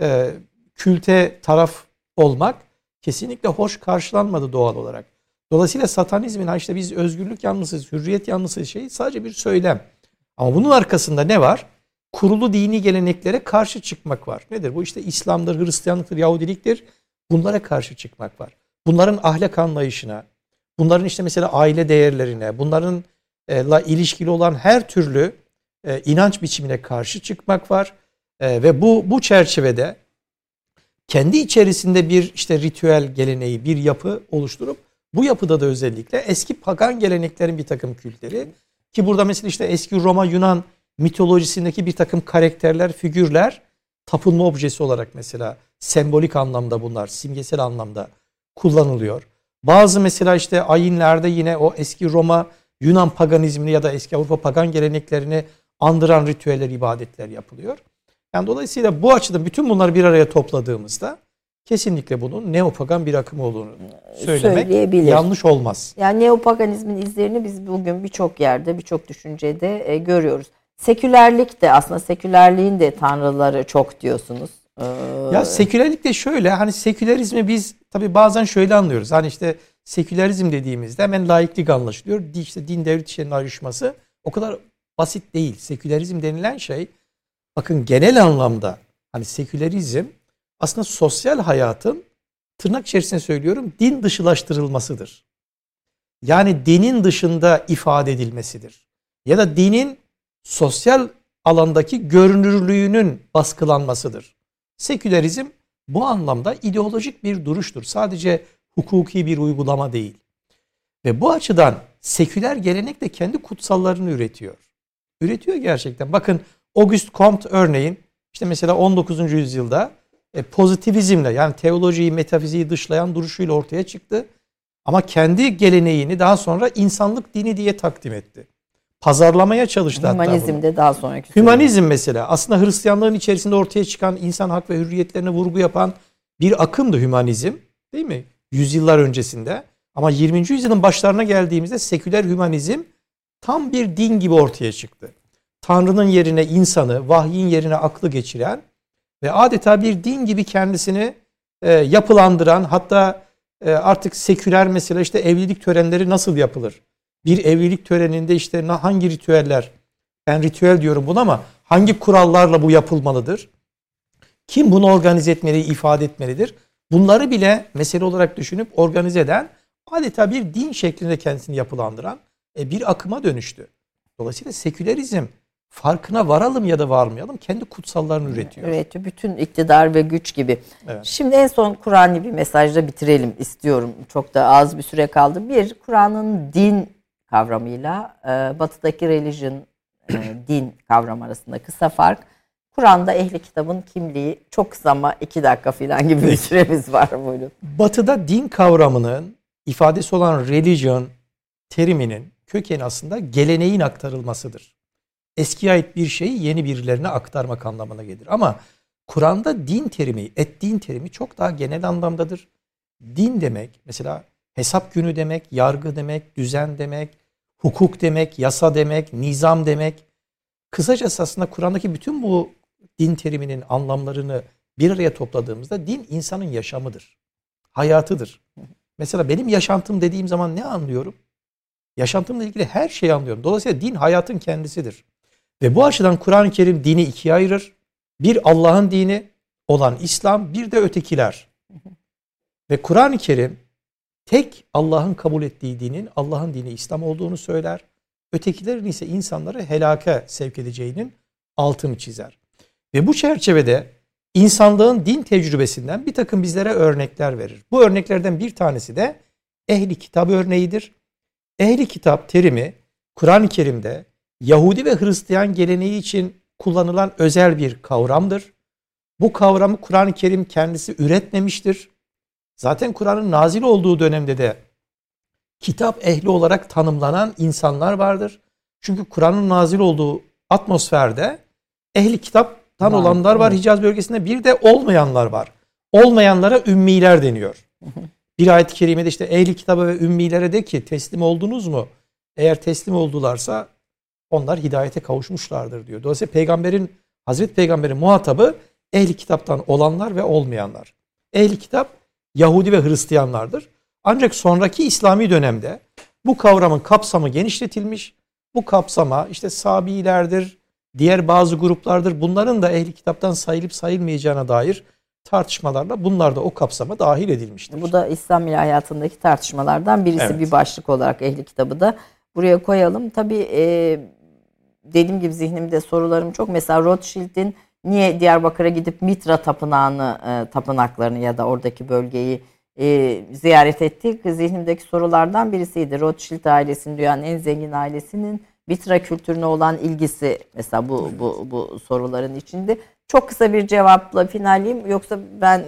külte taraf olmak kesinlikle hoş karşılanmadı doğal olarak. Dolayısıyla satanizmin işte biz özgürlük yanlısıyız, hürriyet yanlısıyız şeyi sadece bir söylem. Ama bunun arkasında ne var? Kurulu dini geleneklere karşı çıkmak var. Nedir? Bu işte İslam'dır, Hristiyanlıktır, Yahudiliktir. Bunlara karşı çıkmak var. Bunların ahlak anlayışına, bunların işte mesela aile değerlerine, bunlarınla ilişkili olan her türlü inanç biçimine karşı çıkmak var. Ve bu çerçevede kendi içerisinde bir işte ritüel geleneği, bir yapı oluşturup bu yapıda da özellikle eski pagan geleneklerin bir takım kültleri, ki burada mesela işte eski Roma Yunan mitolojisindeki bir takım karakterler, figürler tapınma objesi olarak mesela sembolik anlamda bunlar simgesel anlamda kullanılıyor. Bazı mesela işte ayinlerde yine o eski Roma Yunan paganizmini ya da eski Avrupa pagan geleneklerini andıran ritüeller, ibadetler yapılıyor. Yani dolayısıyla bu açıdan bütün bunları bir araya topladığımızda kesinlikle bunun neopagan bir akım olduğunu söylemek yanlış olmaz. Yani neopaganizmin izlerini biz bugün birçok yerde, birçok düşüncede görüyoruz. Sekülerlik de aslında, sekülerliğin de tanrıları çok diyorsunuz. Ya sekülerlik de şöyle, hani sekülerizmi biz tabii bazen şöyle anlıyoruz. Hani işte sekülerizm dediğimizde hemen laiklik anlaşılıyor. İşte din devlet işlerinin ayrışması o kadar basit değil. Sekülerizm denilen şey, bakın genel anlamda hani sekülerizm aslında sosyal hayatın, tırnak içerisinde söylüyorum, din dışılaştırılmasıdır. Yani dinin dışında ifade edilmesidir. Ya da dinin sosyal alandaki görünürlüğünün baskılanmasıdır. Sekülerizm bu anlamda ideolojik bir duruştur. Sadece hukuki bir uygulama değil. Ve bu açıdan seküler gelenek de kendi kutsallarını üretiyor. Üretiyor gerçekten. Bakın Auguste Comte örneğin işte mesela 19. yüzyılda pozitivizmle, yani teolojiyi, metafiziği dışlayan duruşuyla ortaya çıktı. Ama kendi geleneğini daha sonra insanlık dini diye takdim etti. Pazarlamaya çalıştı hatta bunu. Hümanizmde daha sonraki. Hümanizm mesela aslında Hristiyanlığın içerisinde ortaya çıkan, insan hak ve hürriyetlerine vurgu yapan bir akımdı hümanizm, değil mi? Yüzyıllar öncesinde. Ama 20. yüzyılın başlarına geldiğimizde seküler hümanizm tam bir din gibi ortaya çıktı. Tanrı'nın yerine insanı, vahyin yerine aklı geçiren ve adeta bir din gibi kendisini yapılandıran, hatta artık seküler mesela işte evlilik törenleri nasıl yapılır? Bir evlilik töreninde işte hangi ritüeller, ben ritüel diyorum buna ama hangi kurallarla bu yapılmalıdır? Kim bunu organize etmeli, ifade etmelidir? Bunları bile mesele olarak düşünüp organize eden, adeta bir din şeklinde kendisini yapılandıran bir akıma dönüştü. Dolayısıyla sekülerizm, farkına varalım ya da varmayalım, kendi kutsallarını üretiyor. Üretiyor. Bütün iktidar ve güç gibi. Evet. Şimdi en son Kur'an'ı bir mesajla bitirelim istiyorum. Çok da az bir süre kaldı. Bir, Kur'an'ın din kavramıyla batıdaki religion, din kavramı arasında kısa fark. Kur'an'da ehli kitabın kimliği çok kısa ama 2 dakika falan gibi bir süremiz var. Buyurun. Batı'da din kavramının ifadesi olan religion teriminin kökeni aslında geleneğin aktarılmasıdır. Eskiye ait bir şeyi yeni birilerine aktarmak anlamına gelir. Ama Kur'an'da din terimi, din terimi çok daha genel anlamdadır. Din demek mesela hesap günü demek, yargı demek, düzen demek, hukuk demek, yasa demek, nizam demek. Kısacası aslında Kur'an'daki bütün bu din teriminin anlamlarını bir araya topladığımızda din insanın yaşamıdır, hayatıdır. Mesela benim yaşantım dediğim zaman ne anlıyorum? Yaşantımla ilgili her şeyi anlıyorum. Dolayısıyla din hayatın kendisidir. Ve bu açıdan Kur'an-ı Kerim dini ikiye ayırır. Bir Allah'ın dini olan İslam, bir de ötekiler. Ve Kur'an-ı Kerim tek Allah'ın kabul ettiği dinin Allah'ın dini İslam olduğunu söyler. Ötekilerin ise insanları helaka sevk edeceğinin altını çizer. Ve bu çerçevede insanlığın din tecrübesinden bir takım bizlere örnekler verir. Bu örneklerden bir tanesi de ehli kitap örneğidir. Ehli kitap terimi Kur'an-ı Kerim'de Yahudi ve Hristiyan geleneği için kullanılan özel bir kavramdır. Bu kavramı Kur'an-ı Kerim kendisi üretmemiştir. Zaten Kur'an'ın nazil olduğu dönemde de kitap ehli olarak tanımlanan insanlar vardır. Çünkü Kur'an'ın nazil olduğu atmosferde ehli kitaptan olanlar var Hicaz bölgesinde, bir de olmayanlar var. Olmayanlara ümmiler deniyor. Bir ayet-i kerimede işte ehli kitaba ve ümmilere de ki teslim oldunuz mu? Eğer teslim oldularsa onlar hidayete kavuşmuşlardır diyor. Dolayısıyla Hazreti Peygamber'in muhatabı ehli kitaptan olanlar ve olmayanlar. Ehli kitap Yahudi ve Hristiyanlardır. Ancak sonraki İslami dönemde bu kavramın kapsamı genişletilmiş. Bu kapsama işte Sabilerdir, diğer bazı gruplardır. Bunların da ehli kitaptan sayılıp sayılmayacağına dair tartışmalarla bunlar da o kapsama dahil edilmiştir. Bu da İslam ilahiyatındaki tartışmalardan birisi. Evet. Bir başlık olarak ehli kitabı da buraya koyalım. Tabii dediğim gibi zihnimde sorularım çok. Mesela Rothschild'in niye Diyarbakır'a gidip Mitra tapınaklarını ya da oradaki bölgeyi ziyaret ettik? Zihnimdeki sorulardan birisiydi. Rothschild ailesinin, dünyanın en zengin ailesinin Mitra kültürüne olan ilgisi mesela bu soruların içinde. Çok kısa bir cevapla finalleyeyim. Yoksa ben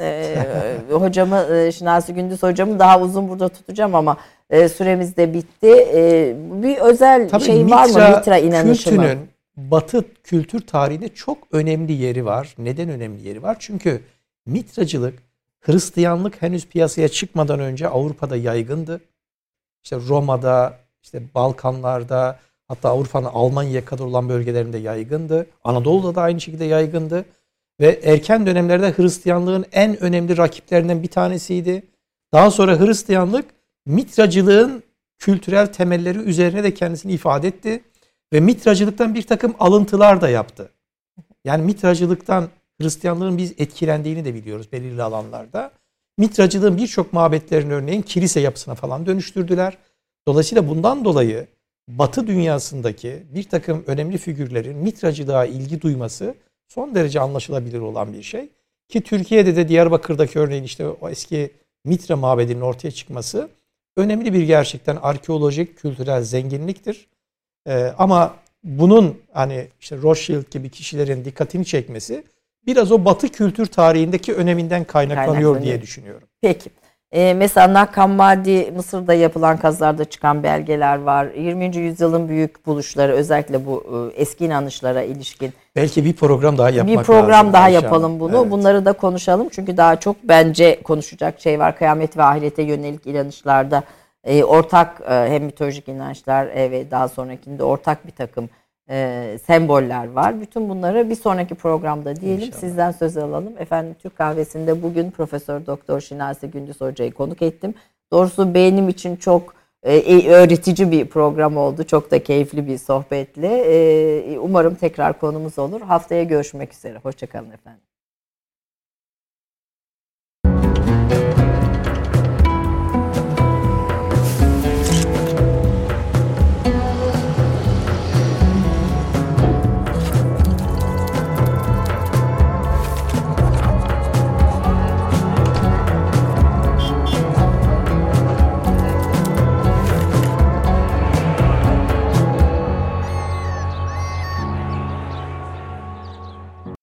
hocamı, Şinasi Gündüz hocamı daha uzun burada tutacağım ama süremiz de bitti. Bir özel Tabii şey var mı Mitra inanışı mı? Kültünün Batı kültür tarihinde çok önemli yeri var. Neden önemli yeri var? Çünkü Mitracılık, Hristiyanlık henüz piyasaya çıkmadan önce Avrupa'da yaygındı. İşte Roma'da, işte Balkanlarda, hatta Avrupa'nın Almanya'ya kadar olan bölgelerinde yaygındı. Anadolu'da da aynı şekilde yaygındı. Ve erken dönemlerde Hristiyanlığın en önemli rakiplerinden bir tanesiydi. Daha sonra Hristiyanlık Mitracılığın kültürel temelleri üzerine de kendisini ifade etti. Ve Mitracılıktan bir takım alıntılar da yaptı. Yani Mitracılıktan Hristiyanlığın biz etkilendiğini de biliyoruz belirli alanlarda. Mitracılığın birçok mabetlerini örneğin kilise yapısına falan dönüştürdüler. Dolayısıyla bundan dolayı Batı dünyasındaki bir takım önemli figürlerin Mitracılığa ilgi duyması son derece anlaşılabilir olan bir şey. Ki Türkiye'de de Diyarbakır'daki örneğin işte o eski Mitra mabedinin ortaya çıkması önemli bir gerçekten arkeolojik, kültürel zenginliktir. Ama bunun hani işte Rothschild gibi kişilerin dikkatini çekmesi biraz o Batı kültür tarihindeki öneminden kaynaklanıyor diye düşünüyorum. Peki. Mesela Nag Hammadi, Mısır'da yapılan kazılarda çıkan belgeler var. 20. yüzyılın büyük buluşları, özellikle bu eski inanışlara ilişkin. Belki bir program daha yapmak lazım. Bir program daha Ayşe yapalım Hanım. bunu. Evet. Bunları da konuşalım. Çünkü daha çok bence konuşacak şey var. Kıyamet ve ahirete yönelik inanışlarda ortak hem mitolojik inançlar ve daha sonrakinde ortak bir takım semboller var. Bütün bunları bir sonraki programda diyelim. İnşallah. Sizden söz alalım. Efendim, Türk Kahvesi'nde bugün Profesör Doktor Şinasi Gündüz Hoca'yı konuk ettim. Doğrusu benim için çok öğretici bir program oldu. Çok da keyifli bir sohbetle. Umarım tekrar konumuz olur. Haftaya görüşmek üzere. Hoşça kalın efendim.